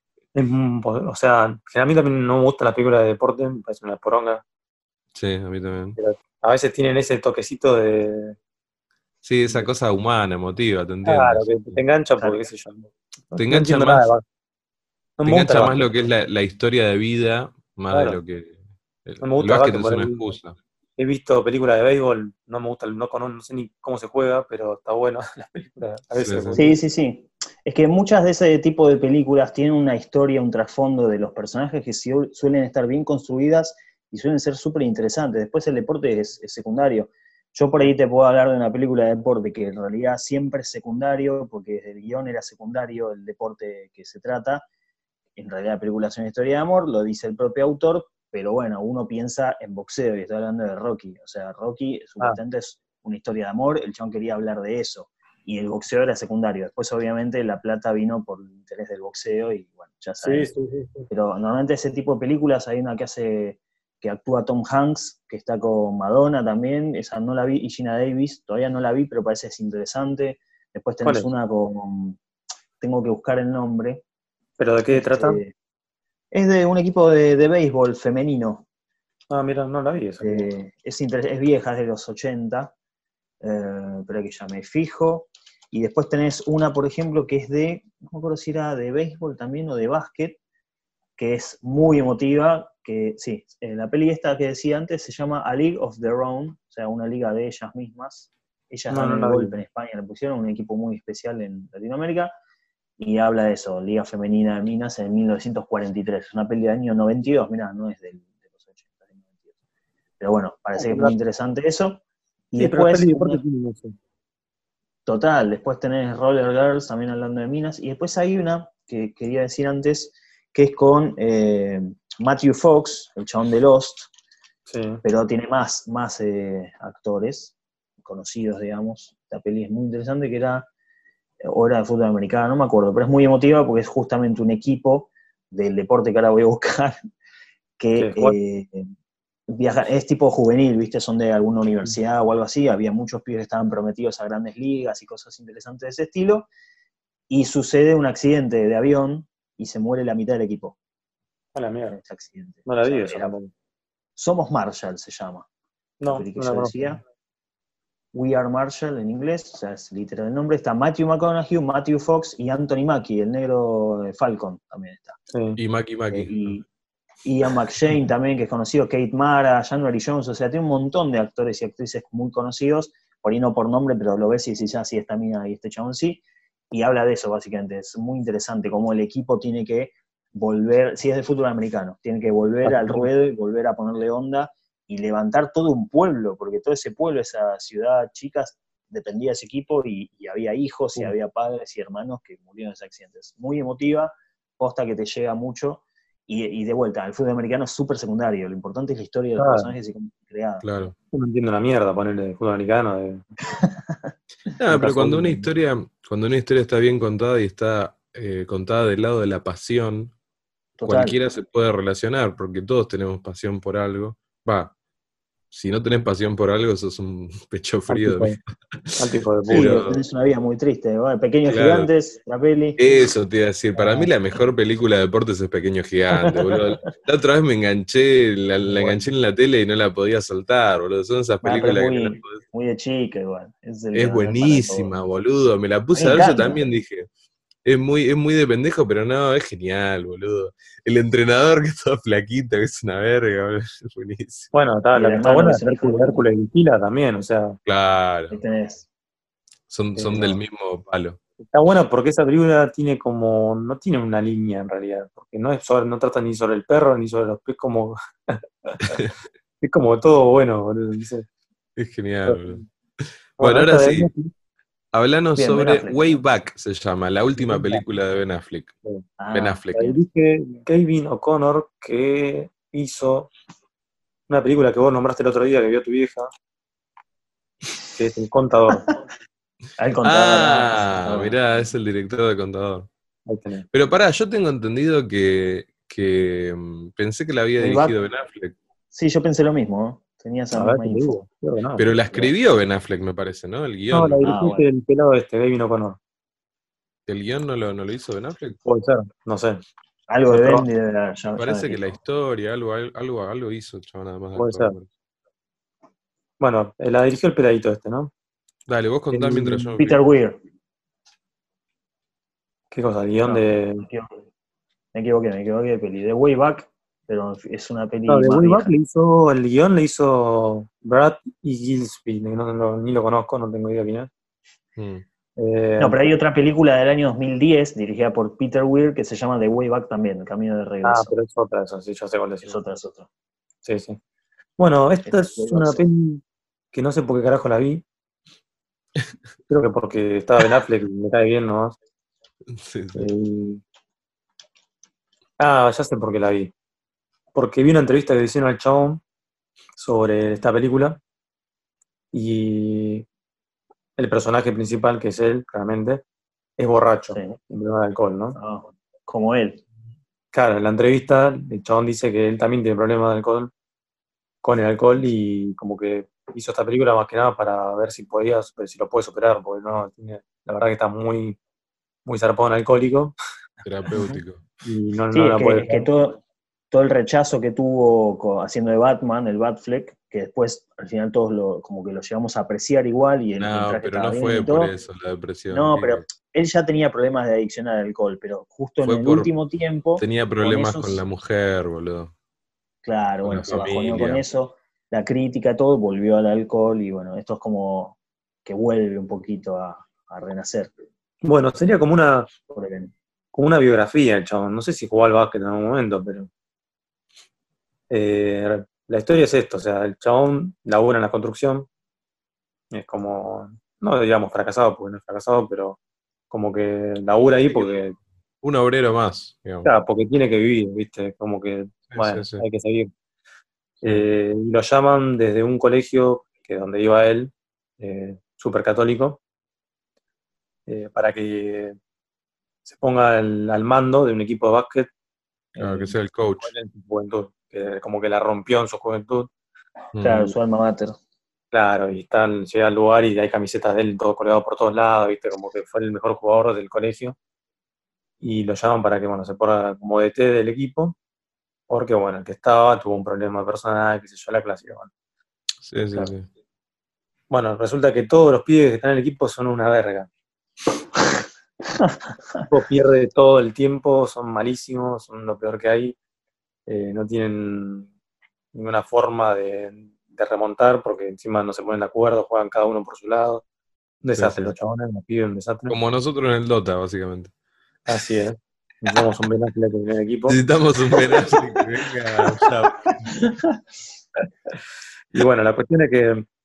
o sea, a mí también no me gusta la película de deporte, me parece una poronga, Sí, a mí también. pero a veces tienen ese toquecito de, Sí, esa cosa humana, emotiva, te entiendo. claro, Sí, que te sí. engancha porque, Claro. qué sé yo, Te no engancha entiendo nada de más, básquet, no te me gusta el engancha más básquet, lo que es la historia de vida, más de claro, lo que. no me El gusta el básquet básquet, es por una ahí excusa. he visto películas de béisbol, no me gusta, no sé ni cómo se juega, pero está bueno las películas, a Sí, veces, sí. Sí, sí, sí. Es que muchas de ese tipo de películas tienen una historia, un trasfondo de los personajes que suelen estar bien construidas y suelen ser súper interesantes. Después el deporte es secundario. Yo por ahí te puedo hablar de una película de deporte que en realidad siempre es secundario, porque desde el guión era secundario el deporte que se trata. En realidad la película es una historia de amor, lo dice el propio autor, pero bueno, uno piensa en boxeo y estoy hablando de Rocky. O sea, Rocky Ah, supuestamente es una historia de amor, el chabón quería hablar de eso. Y el boxeo era secundario. Después, obviamente, la plata vino por el interés del boxeo y bueno, ya sí, sabemos. sí, sí, sí. Pero normalmente ese tipo de películas, hay una que actúa Tom Hanks, que está con Madonna también, esa no la vi, y Gina Davis, todavía no la vi, pero parece que es interesante. Después ¿Cuál tenés es? una con, tengo que buscar el nombre, ¿Pero de qué trata? es de un equipo de béisbol femenino. Ah, mira, no la vi esa. Es vieja, es de los 80, pero que ya me fijo. Y después tenés una, por ejemplo, que es no me acuerdo si era de béisbol también o de básquet, que es muy emotiva, que sí, la peli esta que decía antes se llama A League of Their Own, o sea, una liga de ellas mismas. Ellas No, dan no el la vi. golpe en España, le pusieron un equipo muy especial en Latinoamérica, y habla de eso, Liga Femenina de Minas en 1943. Es una peli del año 92, mirá, no es de los 80, del 92. Pero bueno, Ah, parece que es pero muy interesante eso. Y sí, pero las pelis después, de deporte tienen eso. total, después tenés Roller Girls, también hablando de minas. Y después hay una que quería decir antes, que es con Matthew Fox, el chabón de Lost, Sí. pero tiene más actores conocidos, digamos. La peli es muy interesante, que era hora de fútbol americano, no me acuerdo, pero es muy emotiva porque es justamente un equipo del deporte que ahora voy a buscar, ¿Qué que es? ¿Cuál? viajan, es tipo juvenil, ¿viste? Son de alguna universidad o algo así, había muchos pibes que estaban prometidos a grandes ligas y cosas interesantes de ese estilo, y sucede un accidente de avión y se muere la mitad del equipo A la en mierda. ese accidente. No O la vi sea, esa tampoco. Somos Marshall se llama, la No, peli que no la yo conozco. decía. We Are Marshall en inglés, o sea, es literal el nombre. Está Matthew McConaughey, Matthew Fox y Anthony Mackie, el negro Falcon también está. Sí. Y Maki Maki. Y Ian McShane también, que es conocido, Kate Mara, January Jones, o sea, tiene un montón de actores y actrices muy conocidos, por ahí no por nombre, pero lo ves y decís, sí, esta mina y este chabón sí, y habla de eso básicamente. Es muy interesante cómo el equipo tiene que volver, si es de fútbol americano, tiene que volver al ruedo y volver a ponerle onda y levantar todo un pueblo, porque todo ese pueblo, esa ciudad chica, dependía de ese equipo y había hijos y había padres y hermanos que murieron en ese accidente. Es muy emotiva, posta que te llega mucho. Y de vuelta, el fútbol americano es súper secundario. Lo importante es la historia de los personajes y cómo se crearon. Claro. No entiendo una mierda ponerle de fútbol americano. No, pero cuando una historia está bien contada y está contada del lado de la pasión, Total. cualquiera se puede relacionar, porque todos tenemos pasión por algo. Si no tenés pasión por algo, sos un pecho frío. Al tipo de Sí, Pero- tenés una vida muy triste. Bueno, Pequeños Claro. Gigantes, la peli. Eso te iba a decir, para mí la mejor película de deportes es Pequeño Gigante, boludo. La otra vez me enganché, la enganché en la tele y no la podía soltar, boludo. Son esas Pero películas es que no muy, las podés- muy de chica igual. Es Es buenísima, boludo. Me la puse Me a ver, yo encanta. también dije. Es muy de pendejo, pero no, es genial, boludo. El entrenador que es todo flaquito, que es una verga, boludo. Es buenísimo. Bueno, Y el la que está hermano buena que es se me fue. Hércules Vigila también, o sea, Claro, Ahí tenés. son no. del mismo palo. está buena porque esa película tiene como, no tiene una línea en realidad, porque no trata ni sobre el perro ni sobre los pies, como es como todo bueno, boludo. Dice, Es genial, boludo. Bueno, bueno, ahora esta de sí. Netflix, Hablanos Bien, Ben sobre Affleck. Way Back, se llama, la última Ben Affleck. película de Ben Affleck. Ah, Ben Affleck. la dirige Gavin O'Connor, que hizo una película que vos nombraste el otro día, que vio tu vieja, que es El Contador. el contador. Ah, mirá, es el director de Contador. Ahí tenés. Pero pará, yo tengo entendido que pensé que la había Way dirigido Back. Ben Affleck. Sí, yo pensé lo mismo. ¿eh? Tenía esa A ver, misma ¿qué te info. digo? Creo que no. Pero la escribió Ben Affleck, me parece, ¿no? El No, guión. la dirigió bueno. el pelado Gavin O'Connor. ¿El guión no lo hizo Ben Affleck? Puede ser, no sé. Algo de Pero- Bendy debe haber ya. Me parece que la dijo. historia, algo hizo, chaval, nada más. de Puede actuar. ser. Bueno, la dirigió el peladito este, ¿no? Dale, vos contá El- mientras yo me Peter fijo. Weir. ¿Qué cosa? Guión No, de... Me equivoqué de peli. De Way Back, pero es una peli No, de más Way vieja. Back el guión le hizo Brad E. Gillespie, ni lo conozco, no tengo idea quién es. Mm. No, pero hay otra película del año 2010 dirigida por Peter Weir que se llama The Way Back también, El Camino de Regreso. pero es otra eso, sí, yo sé cuál es. Es otra. Sí, sí. Bueno, esta Es es Way una Back. peli que no sé por qué carajo la vi. Creo que porque estaba Ben Affleck y me cae bien nomás. Sí, sí. Ya sé por qué la vi. Porque vi una entrevista que le hicieron al chabón sobre esta película y el personaje principal, que es él, claramente, es borracho, Sí. en problema de alcohol, ¿no? Ah, como él. Claro, en la entrevista el chabón dice que él también tiene problemas de alcohol, con el alcohol, y como que hizo esta película más que nada para ver si lo puede superar, porque la verdad que está muy, muy zarpado en alcohólico Terapéutico. y no Sí, la puede es que todo el rechazo que tuvo haciendo de Batman, el Batfleck, que después al final todos como que lo llevamos a apreciar igual y el No, traje pero estaba no bien fue y por todo. eso la depresión. No, ¿qué? pero él ya tenía problemas de adicción al alcohol, pero justo Fue en el por- último tiempo, Tenía problemas esos- con la mujer, boludo. claro, con bueno, la se bajoneó familia. con eso, la crítica, todo, volvió al alcohol y bueno, esto es como que vuelve un poquito a renacer. Bueno, sería como Pobre- como una biografía el chabón. No sé si jugó al básquet en algún momento, pero la historia es esto, o sea, el chabón labura en la construcción, es como, no digamos fracasado, porque no es fracasado, pero como que labura ahí porque, Un obrero más, digamos. claro, porque tiene que vivir, ¿viste? Como que, bueno, sí. hay que seguir. Y lo llaman desde un colegio que donde iba él, súper católico, para que se ponga al mando de un equipo de básquet. Claro, que sea el coach. En su juventud, que como que la rompió en su juventud. Claro, su alma mater. Claro, y llega al lugar y hay camisetas de él todo colgado por todos lados, ¿viste? Como que fue el mejor jugador del colegio. Y lo llaman para que, bueno, se ponga como DT del equipo, porque, bueno, el que estaba tuvo un problema personal, que se yo, la clase. Bueno. Sí. Bueno, resulta que todos los pibes que están en el equipo son una verga. El equipo pierde todo el tiempo, son malísimos, son lo peor que hay. No tienen ninguna forma de remontar, porque encima no se ponen de acuerdo, juegan cada uno por su lado. Un desastre, Sí. los chabones, los pibes, un desastre. Como nosotros en el Dota, básicamente. Así es. Necesitamos un Ben Affleck en el equipo. Necesitamos un Ben Affleck que venga ya. Y bueno, la cuestión es que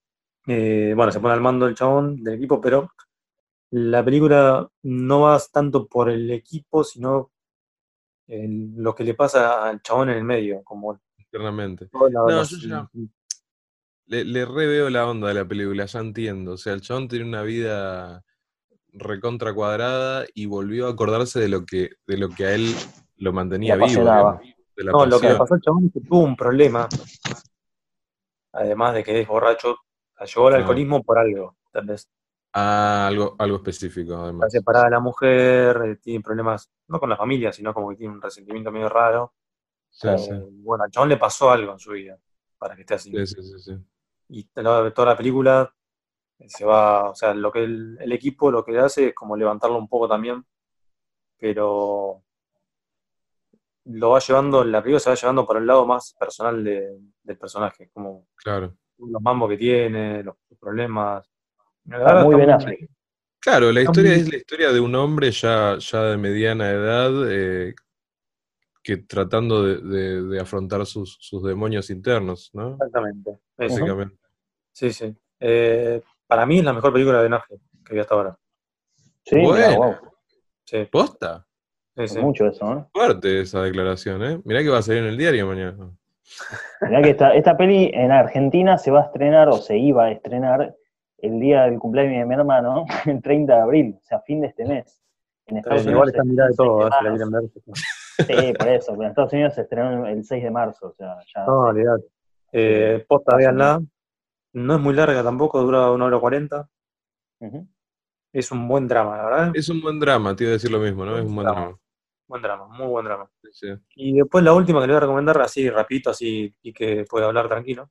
Bueno, se pone al mando el chabón del equipo, pero la película no va tanto por el equipo, sino en lo que le pasa al chabón en el medio, como Internamente. todos No, yo ya le re veo la onda de la película, ya entiendo. O sea, el chabón tiene una vida recontra cuadrada y volvió a acordarse de lo que a él lo Le mantenía vivo, apasionaba. digamos, de la No, lo que le pasión. pasó al chabón es que tuvo un problema, además de que es borracho, llegó al Ah. alcoholismo por algo, ¿entendés? Algo específico, Está además. separada de la mujer, tiene problemas, no con la familia, sino como que tiene un resentimiento medio raro. Sí, sí, Bueno, al chabón le pasó algo en su vida, para que esté así. sí. Y toda la película se va, o sea, lo que el equipo lo que le hace es como levantarlo un poco también, pero lo va llevando, la película se va llevando por el lado más personal del personaje, como Claro. los mambos que tiene, los problemas. La Está verdad muy está Ben Affleck. Claro, la está historia muy- es la historia de un hombre ya de mediana edad que tratando de afrontar sus demonios internos, ¿no? exactamente. Eso. Básicamente. Sí, sí. Para mí es la mejor película de Ben Affleck que vi hasta ahora. Sí, mirá, Bueno, wow. Sí, ¿posta? sí, Es sí. mucho eso, ¿no? Fuerte esa declaración, ¿eh? Mirá que va a salir en el diario mañana. Mirá que esta peli en Argentina se va a estrenar, o se iba a estrenar, el día del cumpleaños de mi hermano, el 30 de abril, o sea, fin de este mes. En Está Estados bien, Unidos igual se está estrenó mirada el de 6 todo, de si la quieren marzo. ver. Sí, por eso, pero en Estados Unidos se estrenó el 6 de marzo, o sea, ya No, hace olvidate. Posta, más o véanla. No es muy larga tampoco, dura 1 hora 40. Ujú. Es un buen drama, la verdad. Es un buen drama, te iba a decir lo mismo, ¿no? Es un buen drama. Buen drama, muy buen drama. Sí, sí. Y después la última que le voy a recomendar, así rapidito, así y que puede hablar tranquilo.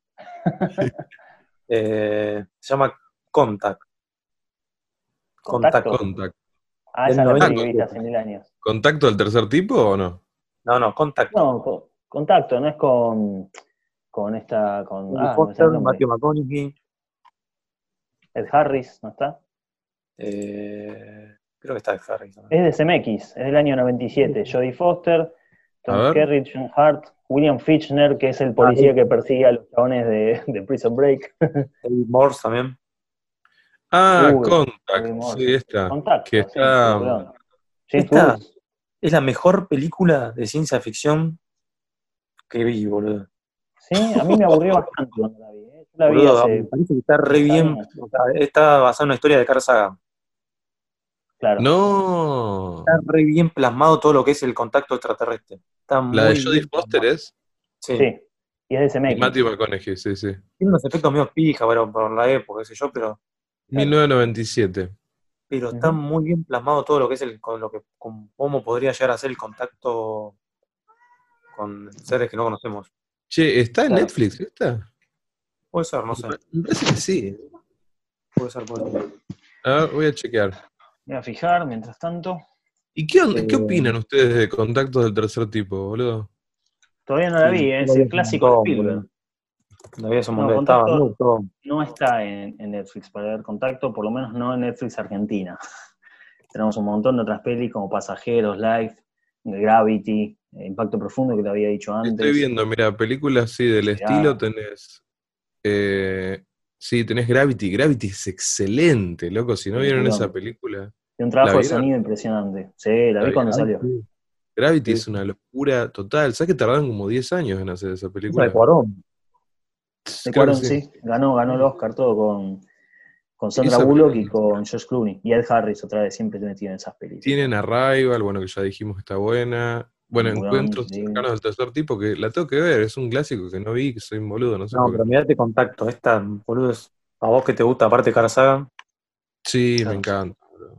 Se llama Contact. ¿Contacto? Contacto. Ah, Del esa es la peli que viste 97. hace 1000 años. ¿Contacto del tercer tipo o no? No, Contact. No, Contacto, no es con Jodie no me sale Foster, el nombre. Matthew McConaughey. Ed Harris, ¿no está? Creo que está Ed Harris también. Es de CMX, es del año 97. Jodie Foster, A Tom ver. Skerritt, John Hart, William Fichtner, que es el policía que persigue a los chabones de Prison Break. David Morse también. Ah, David Contact, Morse. sí, esta. Contacto, Que sí, está. peliculón. James Esta Woods. es la mejor película de ciencia ficción que vi, boludo. Sí, a mí me aburrió bastante cuando la vi. Yo la vi Boludo, me hace parece que está re 10 bien. años. O sea, está basada en una historia de Carl Sagan. Claro. No. Está re bien plasmado todo lo que es el contacto extraterrestre. Está La de muy Jodie bien Foster plasmado. es. Sí. Sí, y es de Y CMX. Matthew McConaughey, sí. Tiene unos efectos medio pija, bueno, por la época, qué sé yo, pero 1997. está Ujú. muy bien plasmado todo lo que es con cómo podría llegar a ser el contacto con seres que no conocemos. Che, ¿está en Claro. Netflix esta? Puede ser, no sé. Me parece que sí. Puede ser, puede ser. A ver, voy a chequear. Me voy a fijar, mientras tanto. ¿Y qué opinan ustedes de Contactos del tercer tipo, boludo? Todavía no la vi, yo es lo vi el hace clásico de un montón, Spielberg. boludo. La vi hace un No, montón. Estaba, me Contacto gustó. no está en Netflix para ver Contacto, por lo menos no en Netflix Argentina. Tenemos un montón de otras pelis como Pasajeros, Life, Gravity, Impacto Profundo, que te había dicho antes. Estoy viendo, mira, películas así del estilo tenés. Sí, tenés Gravity. Gravity es excelente, loco. Si no vieron Peliculón. esa película, Tiene un ¿la trabajo de vieron? sonido impresionante. Sí, la vi cuando salió. Gravity Sí. es una locura total. ¿Sabes que tardaron como 10 años en hacer esa Esa de película? Cuarón. De Creo que Cuarón, sí. Ganó el Oscar todo con Sandra Esa Bullock y peli- con Josh Clooney. Y Ed Harris otra vez siempre tiene esas películas. Tienen Arrival, bueno, que ya dijimos que está buena. Bueno, Peliculón, Encuentros increíble. cercanos del tercer tipo, que la tengo que ver. Es un clásico que no vi, que soy un boludo, no sé No, por pero qué. mirate Contacto. Esta, boludo, es a vos que te gusta, aparte Carl Sagan. Sí, Claro. me encanta, boludo.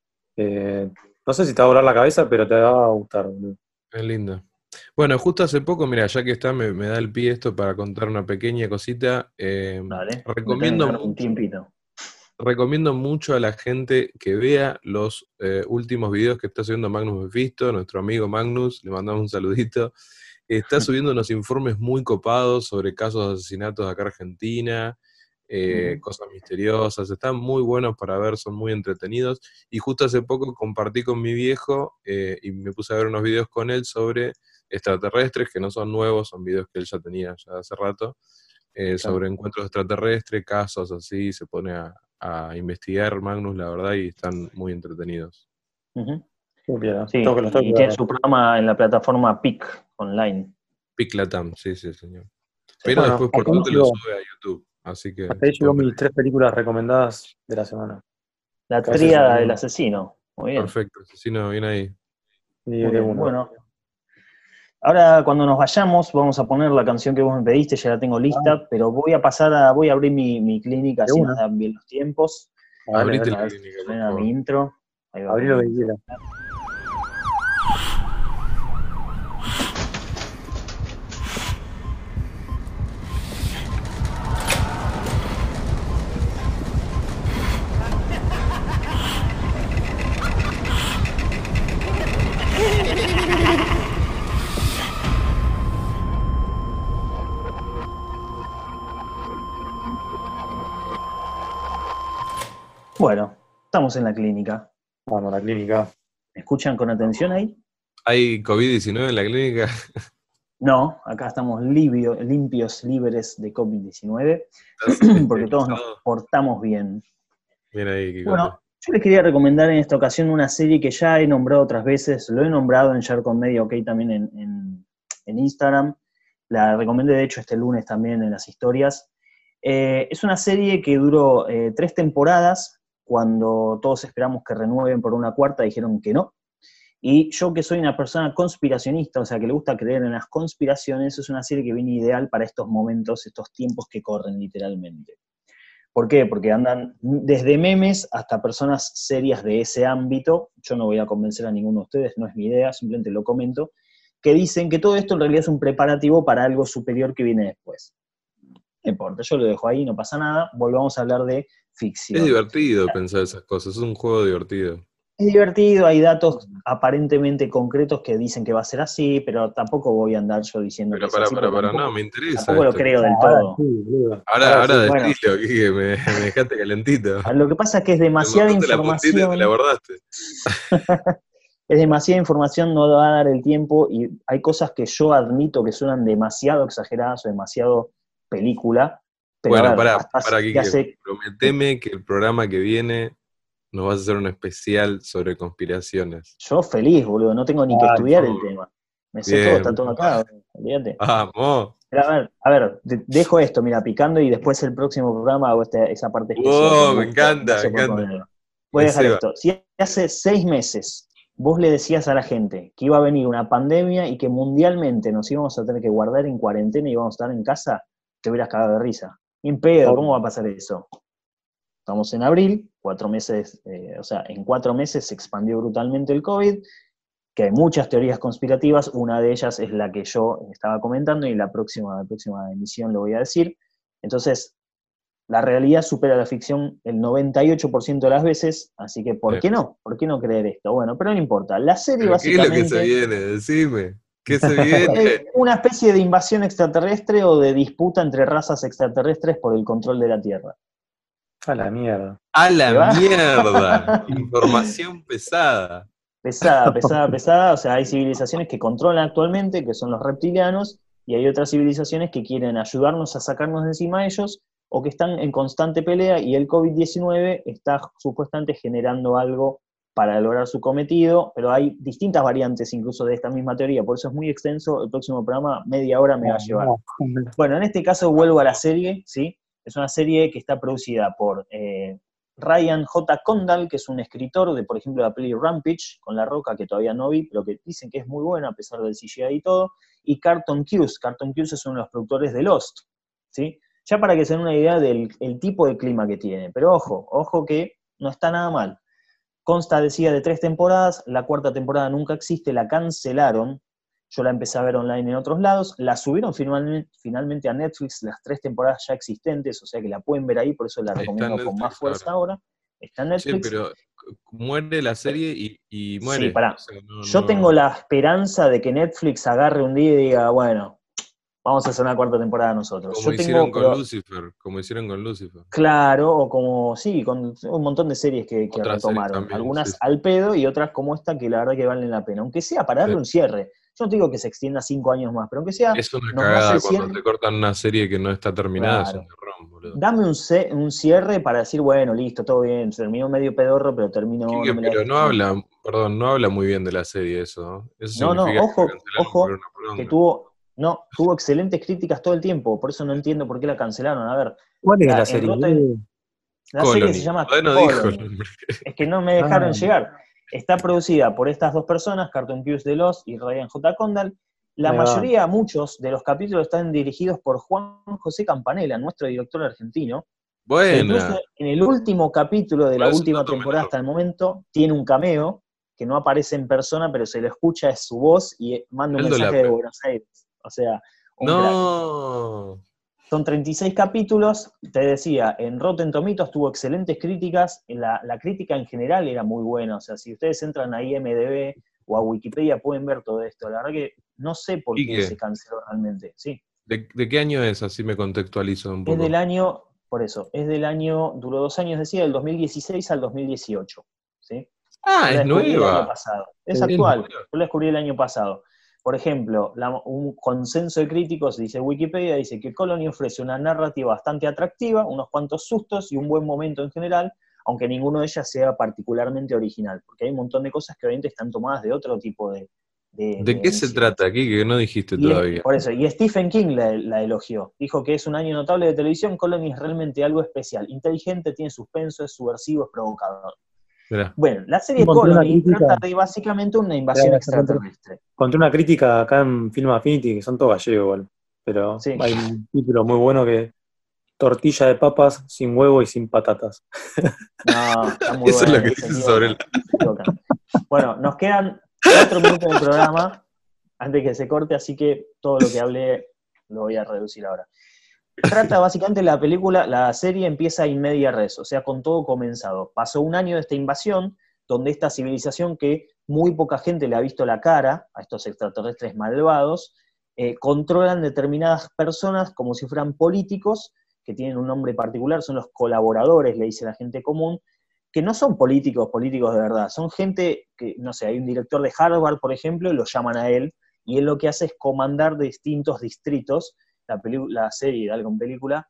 No sé si te va a volar la cabeza, pero te va a gustar, boludo. Es linda. Bueno, justo hace poco, mira, ya que está, me da el pie esto para contar una pequeña cosita. Dale, me tenés que Recomiendo dar un mucho. tiempito. Recomiendo mucho a la gente que vea los últimos videos que está subiendo Magnus Mephisto, nuestro amigo Magnus, le mandamos un saludito. Está subiendo unos informes muy copados sobre casos de asesinatos de acá en Argentina, cosas misteriosas, están muy buenos para ver, son muy entretenidos. Y justo hace poco compartí con mi viejo y me puse a ver unos videos con él sobre extraterrestres, que no son nuevos, son videos que él ya tenía ya hace rato. sobre encuentros extraterrestres, casos así, se pone a investigar Magnus, la verdad, y están muy entretenidos. Ujú. Sí, Sí, y tiene su programa en la plataforma PIC online. Pic Latam, sí, señor. Sí. Pero Bueno, después por hasta ahí suerte lo llegó. sube a YouTube, así que Hasta ahí se llegó pueden ver. mis 3 películas recomendadas de la semana. La Que a veces tríada del son asesino. Muy bien. Perfecto, asesino, bien ahí. de Muy bien. uno. Bueno, ahora cuando nos vayamos vamos a poner la canción que vos me pediste, ya la tengo lista, pero voy a abrir mi clínica, De así una. nos dan bien los tiempos. Dale, Abrite dale. A la ver si clínica, por suena favor. mi intro. Ahí va Abrí con lo mi que intro. quieras. Bueno, estamos en la clínica. Vamos, la clínica. ¿Me escuchan con atención ahí? ¿Hay COVID-19 en la clínica? No, acá estamos limpios, libres de COVID-19, porque todos nos portamos bien. Bien ahí, Kikote. Bueno, yo les quería recomendar en esta ocasión una serie que ya he nombrado otras veces, lo he nombrado en Share con Media OK también en Instagram, la recomendé de hecho este lunes también en las historias. Es una serie que duró 3 temporadas, cuando todos esperamos que renueven por una cuarta, dijeron que no. Y yo, que soy una persona conspiracionista, o sea, que le gusta creer en las conspiraciones, es una serie que viene ideal para estos momentos, estos tiempos que corren literalmente. ¿Por qué? Porque andan desde memes hasta personas serias de ese ámbito, yo no voy a convencer a ninguno de ustedes, no es mi idea, simplemente lo comento, que dicen que todo esto en realidad es un preparativo para algo superior que viene después. No importa, yo lo dejo ahí, no pasa nada, volvamos a hablar de ficción. Es divertido pensar esas cosas, es un juego divertido. Es divertido, hay datos aparentemente concretos que dicen que va a ser así, pero tampoco voy a andar yo diciendo Pero que es así, porque no, me interesa tampoco lo esto. creo del todo. Sí, boludo. Ahora sí. decilo, Kike, me dejaste calentito. Lo que pasa es que es demasiada Me montaste la puntita y te la información, abordaste. es demasiada información, no va a dar el tiempo, y hay cosas que yo admito que suenan demasiado exageradas o demasiado película, pero Bueno, a ver, para ya Kike, sé, prometeme que el programa que viene nos vas a hacer un especial sobre conspiraciones. yo feliz, boludo, no tengo ni que estudiar el tema. Me sé todo, Bien. está todo acá, olvídate. Vamos. Pero a ver, dejo esto, mira, picando, y después el próximo programa hago esa parte especial. Wow, con me gusto, encanta, gracias me por encanta. ponerlo. Voy a dejar esto. Si hace 6 meses vos le decías a la gente que iba a venir una pandemia y que mundialmente nos íbamos a tener que guardar en cuarentena y íbamos a estar en casa, te hubieras cagado de risa. Ni en pedo, ¿cómo va a pasar eso? Estamos en abril, 4 meses, o sea, en 4 meses se expandió brutalmente el COVID, que hay muchas teorías conspirativas, una de ellas es la que yo estaba comentando y la próxima emisión lo voy a decir. Entonces, la realidad supera la ficción el 98% de las veces, así que ¿por qué no? ¿Por qué no creer esto? Bueno, pero no importa. La serie ¿Pero qué es lo que básicamente se viene? Decime. ¿Qué se viene? es una especie de invasión extraterrestre o de disputa entre razas extraterrestres por el control de la Tierra. A la mierda. ¡A la ¿Te va? mierda! Información pesada. Pesada, o sea, hay civilizaciones que controlan actualmente, que son los reptilianos, y hay otras civilizaciones que quieren ayudarnos a sacarnos de encima de ellos, o que están en constante pelea, y el COVID-19 está supuestamente generando algo para lograr su cometido, pero hay distintas variantes incluso de esta misma teoría, por eso es muy extenso, el próximo programa media hora me va a llevar. Bueno, en este caso vuelvo a la serie, ¿sí? Es una serie que está producida por Ryan J. Condal, que es un escritor de, por ejemplo, la peli Rampage, con La Roca, que todavía no vi, pero que dicen que es muy buena a pesar del CGI y todo, y Carlton Cuse. Carlton Cuse es uno de los productores de Lost, ¿sí? Ya para que se den una idea del tipo de clima que tiene, pero ojo que no está nada mal. Consta, decía, de 3 temporadas, la 4ª temporada nunca existe, la cancelaron, yo la empecé a ver online en otros lados, la subieron finalmente a Netflix, las 3 temporadas ya existentes, o sea que la pueden ver ahí, por eso la recomiendo con más fuerza ahora. Está en Netflix. Sí, pero muere la serie y muere. Sí, pará. O sea, yo tengo la esperanza de que Netflix agarre un día y diga, bueno, vamos a hacer una 4ª temporada nosotros. Como hicieron con Lucifer. Claro, o como, sí, con un montón de series que retomaron. también, algunas sí. al pedo y otras como esta que la verdad que valen la pena. Aunque sea para darle un cierre. Yo no te digo que se extienda 5 años más, pero aunque sea, Es una nos cagada hace el cuando cierre. te cortan una serie que no está terminada, es Claro. un garrón, boludo. Dame un cierre para decir, bueno, listo, todo bien, terminó medio pedorro, pero terminó, Quique, no me la pero dejes no mal. habla, perdón, no habla muy bien de la serie eso, ¿no? Eso No, significa que la ojo, cancelaron por una que poronga. tuvo excelentes críticas todo el tiempo, por eso no entiendo por qué la cancelaron. A ver, ¿Cuál es la en serie? la serie se Colony. llama Todavía no dijo el Colony. nombre. Es que no me dejaron Ah. llegar. Está producida por estas dos personas, Carlton Cuse de Lost y Ryan J. Condal. La Ahí va. mayoría, muchos de los capítulos están dirigidos por Juan José Campanella, nuestro director argentino. Que incluso Buena. en el último capítulo de la Bueno, es un última dato temporada menor. hasta el momento, tiene un cameo que no aparece en persona, pero se lo escucha, es su voz y manda un Aldo mensaje de Lapre. Buenos Aires. O sea, un crack. No. Son 36 capítulos, te decía, en Rotten Tomatoes tuvo excelentes críticas, la crítica en general era muy buena, o sea, si ustedes entran a IMDb o a Wikipedia pueden ver todo esto, la verdad que no sé por qué Quique. se canceló realmente, sí. ¿De qué año es? Así me contextualizo un Es poco. del año, por eso, es del año, duró 2 años, decía, del 2016 al 2018, ¿sí? Ah, Yo la es descubrí el año nueva. pasado, es Es actual, nueva. yo la descubrí el año pasado. Por ejemplo, un consenso de críticos, dice Wikipedia, dice que Colony ofrece una narrativa bastante atractiva, unos cuantos sustos y un buen momento en general, aunque ninguno de ellas sea particularmente original, porque hay un montón de cosas que obviamente están tomadas de otro tipo de ¿De qué se emisiones. trata aquí que no dijiste todavía? Por eso, y Stephen King la elogió. Dijo que es un año notable de televisión, Colony es realmente algo especial, inteligente, tiene suspenso, es subversivo, es provocador. Mirá. Bueno, la serie Encontré una Colony crítica. trata de básicamente una invasión extraterrestre. Encontré una crítica acá en Film Affinity, que son todos gallegos igual, pero Sí. hay un título muy bueno que tortilla de papas sin huevo y sin patatas. No, está muy Eso es bueno. lo que dice sobre el... Se equivocan. Bueno, nos quedan 4 minutos del programa antes que se corte, así que todo lo que hablé lo voy a reducir ahora. Trata básicamente la serie empieza in media res, o sea, con todo comenzado. Pasó un año de esta invasión, donde esta civilización que muy poca gente le ha visto la cara a estos extraterrestres malvados, controlan determinadas personas como si fueran políticos, que tienen un nombre particular, son los colaboradores, le dice la gente común, que no son políticos de verdad, son gente que, no sé, hay un director de Harvard, por ejemplo, y lo llaman a él, y él lo que hace es comandar distintos distritos. La serie de Algon Película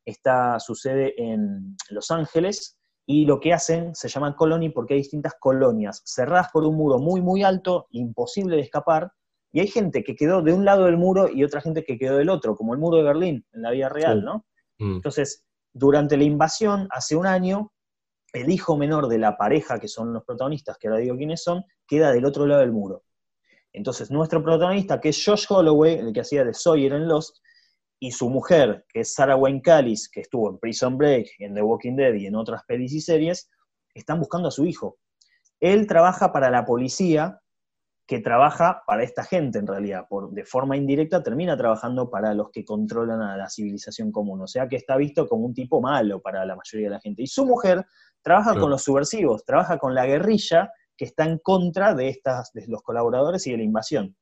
sucede en Los Ángeles, y lo que hacen se llama Colony porque hay distintas colonias cerradas por un muro muy muy alto, imposible de escapar, y hay gente que quedó de un lado del muro y otra gente que quedó del otro, como el muro de Berlín en la vida real, Sí. ¿no? Mm. Entonces, durante la invasión, hace un año, el hijo menor de la pareja, que son los protagonistas, que ahora digo quiénes son, queda del otro lado del muro. Entonces, nuestro protagonista, que es Josh Holloway, el que hacía de Sawyer en Lost, y su mujer, que es Sarah Wayne Callis, que estuvo en Prison Break, en The Walking Dead y en otras pelis y series, están buscando a su hijo. Él trabaja para la policía, que trabaja para esta gente en realidad, de forma indirecta termina trabajando para los que controlan a la civilización común, o sea que está visto como un tipo malo para la mayoría de la gente. Y su mujer trabaja Claro. con los subversivos, trabaja con la guerrilla que está en contra de los colaboradores y de la invasión.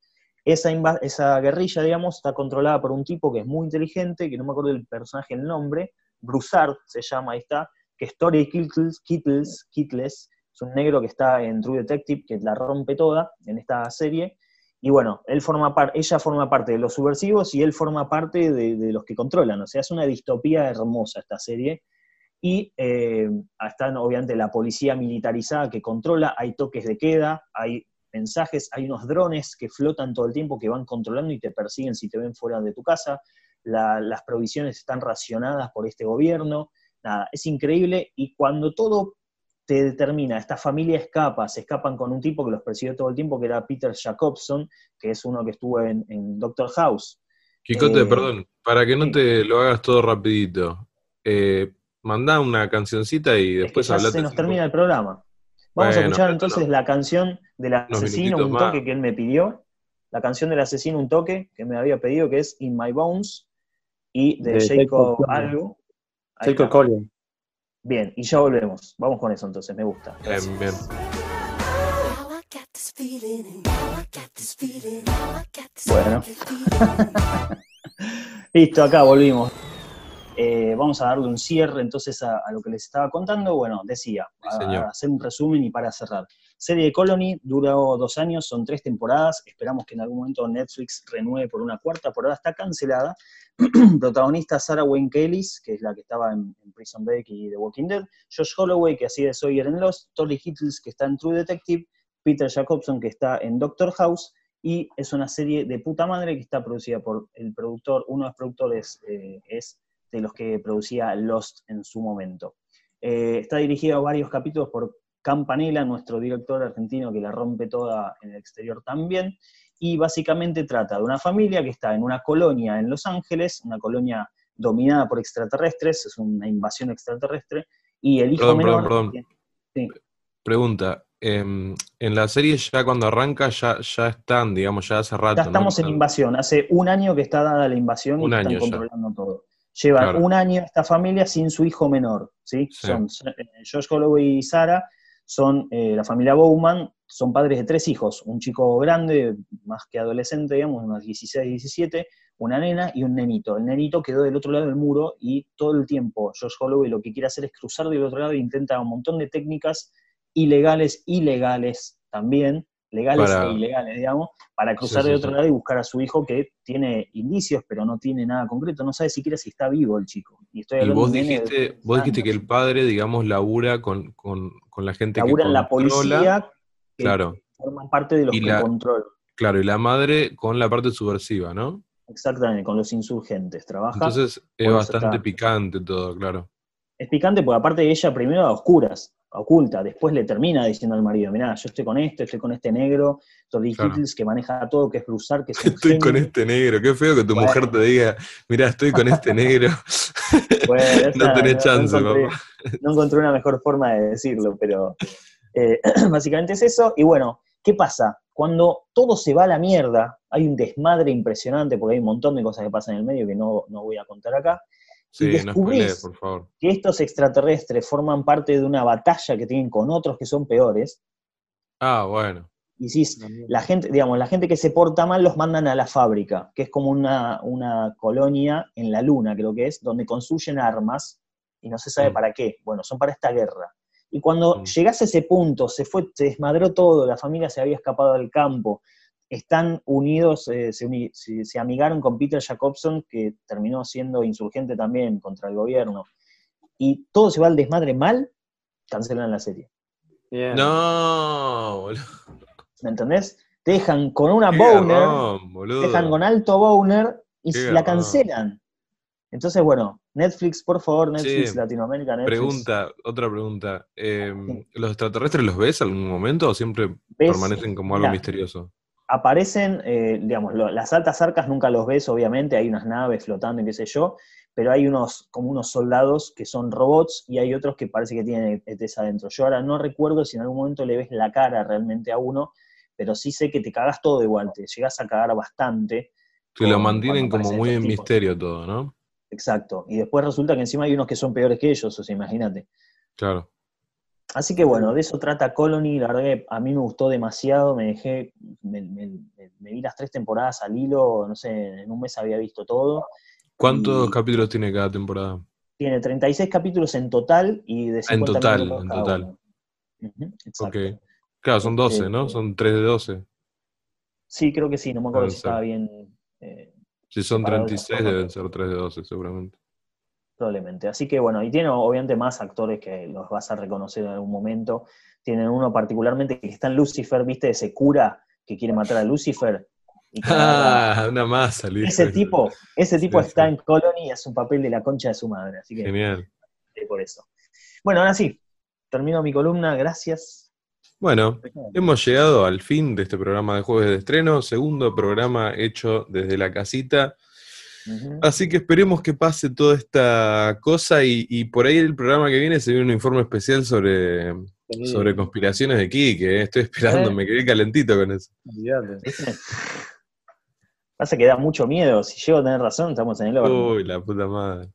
Esa guerrilla, digamos, está controlada por un tipo que es muy inteligente, que no me acuerdo del personaje el nombre, Broussard se llama, ahí está, que es Tori Kittles, es un negro que está en True Detective, que la rompe toda en esta serie, y bueno, ella forma parte de los subversivos y él forma parte de los que controlan, o sea, es una distopía hermosa esta serie, y están obviamente la policía militarizada que controla, hay toques de queda, hay mensajes, hay unos drones que flotan todo el tiempo que van controlando y te persiguen si te ven fuera de tu casa, las provisiones están racionadas por este gobierno, nada, es increíble, y cuando todo te determina, esta familia se escapan con un tipo que los persiguió todo el tiempo, que era Peter Jacobson, que es uno que estuvo en Doctor House. Quicote, perdón, para que no sí. te lo hagas todo rapidito, mandá una cancioncita y Es que después ya hablate se nos 5 termina el programa. Vamos a Bueno, escuchar pero entonces la canción del unos asesino, minutitos un más. toque que él me pidió, la canción del asesino, un toque que me había pedido, que es In My Bones, y de Jacob algo. Ahí Jacob está. Collier. Bien, y ya volvemos. Vamos con eso entonces, me gusta. Gracias. Bien. Bueno. Listo, acá volvimos. Vamos a darle un cierre entonces a lo que les estaba contando. Bueno, decía, Sí, señor. a hacer un resumen y para cerrar. Serie de Colony duró 2 años, son 3 temporadas, esperamos que en algún momento Netflix renueve por una 4ª, por ahora está cancelada. Protagonista Sarah Wayne Callis, que es la que estaba en Prison Break y The Walking Dead, Josh Holloway, que hacía de Sawyer en Lost, Tori Hittles, que está en True Detective, Peter Jacobson, que está en Doctor House, y es una serie de puta madre que está producida por el productor, uno de los productores es de los que producía Lost en su momento. Está dirigido a varios capítulos por Campanella, nuestro director argentino que la rompe toda en el exterior también, y básicamente trata de una familia que está en una colonia en Los Ángeles, una colonia dominada por extraterrestres, es una invasión extraterrestre, y el hijo menor... Perdón. Sí. Pregunta, en la serie ya cuando arranca ya están, digamos, ya hace rato, Ya estamos ¿no? en invasión, hace un año que está dada la invasión y Un que año están ya. controlando todo. Llevan Claro. un año esta familia sin su hijo menor, ¿sí? Sí. Son Josh Holloway y Sarah, son la familia Bowman, son padres de 3 hijos, un chico grande, más que adolescente, digamos, unos 16, 17, una nena y un nenito. El nenito quedó del otro lado del muro y todo el tiempo Josh Holloway lo que quiere hacer es cruzar del otro lado e intenta un montón de técnicas ilegales también, legales e ilegales, digamos, para cruzar del otro lado y buscar a su hijo que tiene indicios, pero no tiene nada concreto, no sabe siquiera si está vivo el chico. Y estoy hablando vos de un nene de dijiste que años. el padre, digamos, labura con la gente Labura que en la controla. policía, que Claro. forman parte de los que controlan. Claro, y la madre con la parte subversiva, ¿no? Exactamente, con los insurgentes trabaja. Entonces es bastante picante todo, claro. Es picante porque aparte de ella primero a oscuras, oculta, después le termina diciendo al marido, mirá, yo estoy con este negro, Tori Hittles, que maneja todo, que es Broussard, que es un estoy genio. con este negro, qué feo que tu mujer te diga, mirá, estoy con este negro. Bueno, no tenés chance, papá. No encontré una mejor forma de decirlo, pero básicamente es eso. Y bueno, ¿qué pasa? Cuando todo se va a la mierda, hay un desmadre impresionante, porque hay un montón de cosas que pasan en el medio que no voy a contar acá, sí, y descubrís por favor. que estos extraterrestres forman parte de una batalla que tienen con otros que son peores. Ah, bueno. Y si la gente que se porta mal los mandan a la fábrica, que es como una colonia en la luna, creo que es, donde construyen armas, y no se sabe para qué. Bueno, son para esta guerra. Y cuando llegás a ese punto, se desmadró todo, la familia se había escapado del campo, están unidos, se amigaron con Peter Jacobson, que terminó siendo insurgente también contra el gobierno, y todo se va al desmadre mal, cancelan la serie. Bien. No, boludo. ¿Me entendés? Te dejan con una boner, garrón, te dejan con alto boner y Qué la garrón. cancelan. Entonces, bueno, Netflix, por favor, Netflix Sí. Latinoamérica, Netflix. Otra pregunta. ¿Los extraterrestres los ves en algún momento o siempre permanecen como algo misterioso? Aparecen, las altas arcas nunca los ves, obviamente, hay unas naves flotando y qué sé yo, pero hay como unos soldados que son robots y hay otros que parece que tienen ETs adentro. Yo ahora no recuerdo si en algún momento le ves la cara realmente a uno, pero sí sé que te cagás todo igual, te llegás a cagar bastante. Que lo mantienen como muy en misterio todo, ¿no? Exacto, y después resulta que encima hay unos que son peores que ellos, o sea, imagínate. Claro. Así que bueno, de eso trata Colony, la verdad que a mí me gustó demasiado, me vi las 3 temporadas al hilo, no sé, en un mes había visto todo. ¿Cuántos capítulos tiene cada temporada? Tiene 36 capítulos en total y de 50 minutos cada uno. Ok. Claro, son 12, ¿no? Son 3 de 12. Sí, creo que sí, no me acuerdo si estaba bien. Si son 36 deben ser 3 de 12 seguramente. Probablemente. Así que bueno, y tiene obviamente más actores que los vas a reconocer en algún momento. Tienen uno particularmente que está en Lucifer, ¿viste? Ese cura que quiere matar a Lucifer. Y una masa, Ese tipo está en Colony y hace un papel de la concha de su madre. Así que, genial. Por eso. Bueno, ahora sí, termino mi columna, gracias. Bueno, hemos llegado al fin de este programa de Jueves de Estreno, segundo programa hecho desde la casita. Así que esperemos que pase toda esta cosa y por ahí el programa que viene se viene un informe especial sobre conspiraciones de Quique. Estoy esperando, me quedé calentito con eso. Pasa que da mucho miedo, si llego a tener razón estamos en el horno. Uy, la puta madre.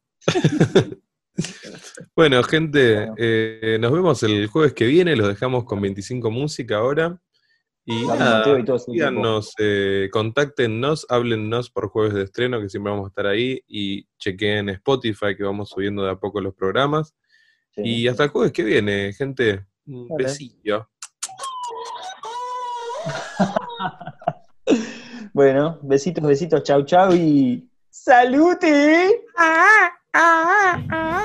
Bueno, gente, nos vemos el jueves que viene, los dejamos con 25 música ahora Y Gaby nada, Mateo y todo ese equipo. síganos, contáctenos, háblennos por Jueves de Estreno, que siempre vamos a estar ahí, y chequeen Spotify, que vamos subiendo de a poco los programas. Sí. Y hasta el jueves que viene, gente. Un Dale. besillo. Bueno, besitos, chau, chau y ¡salute!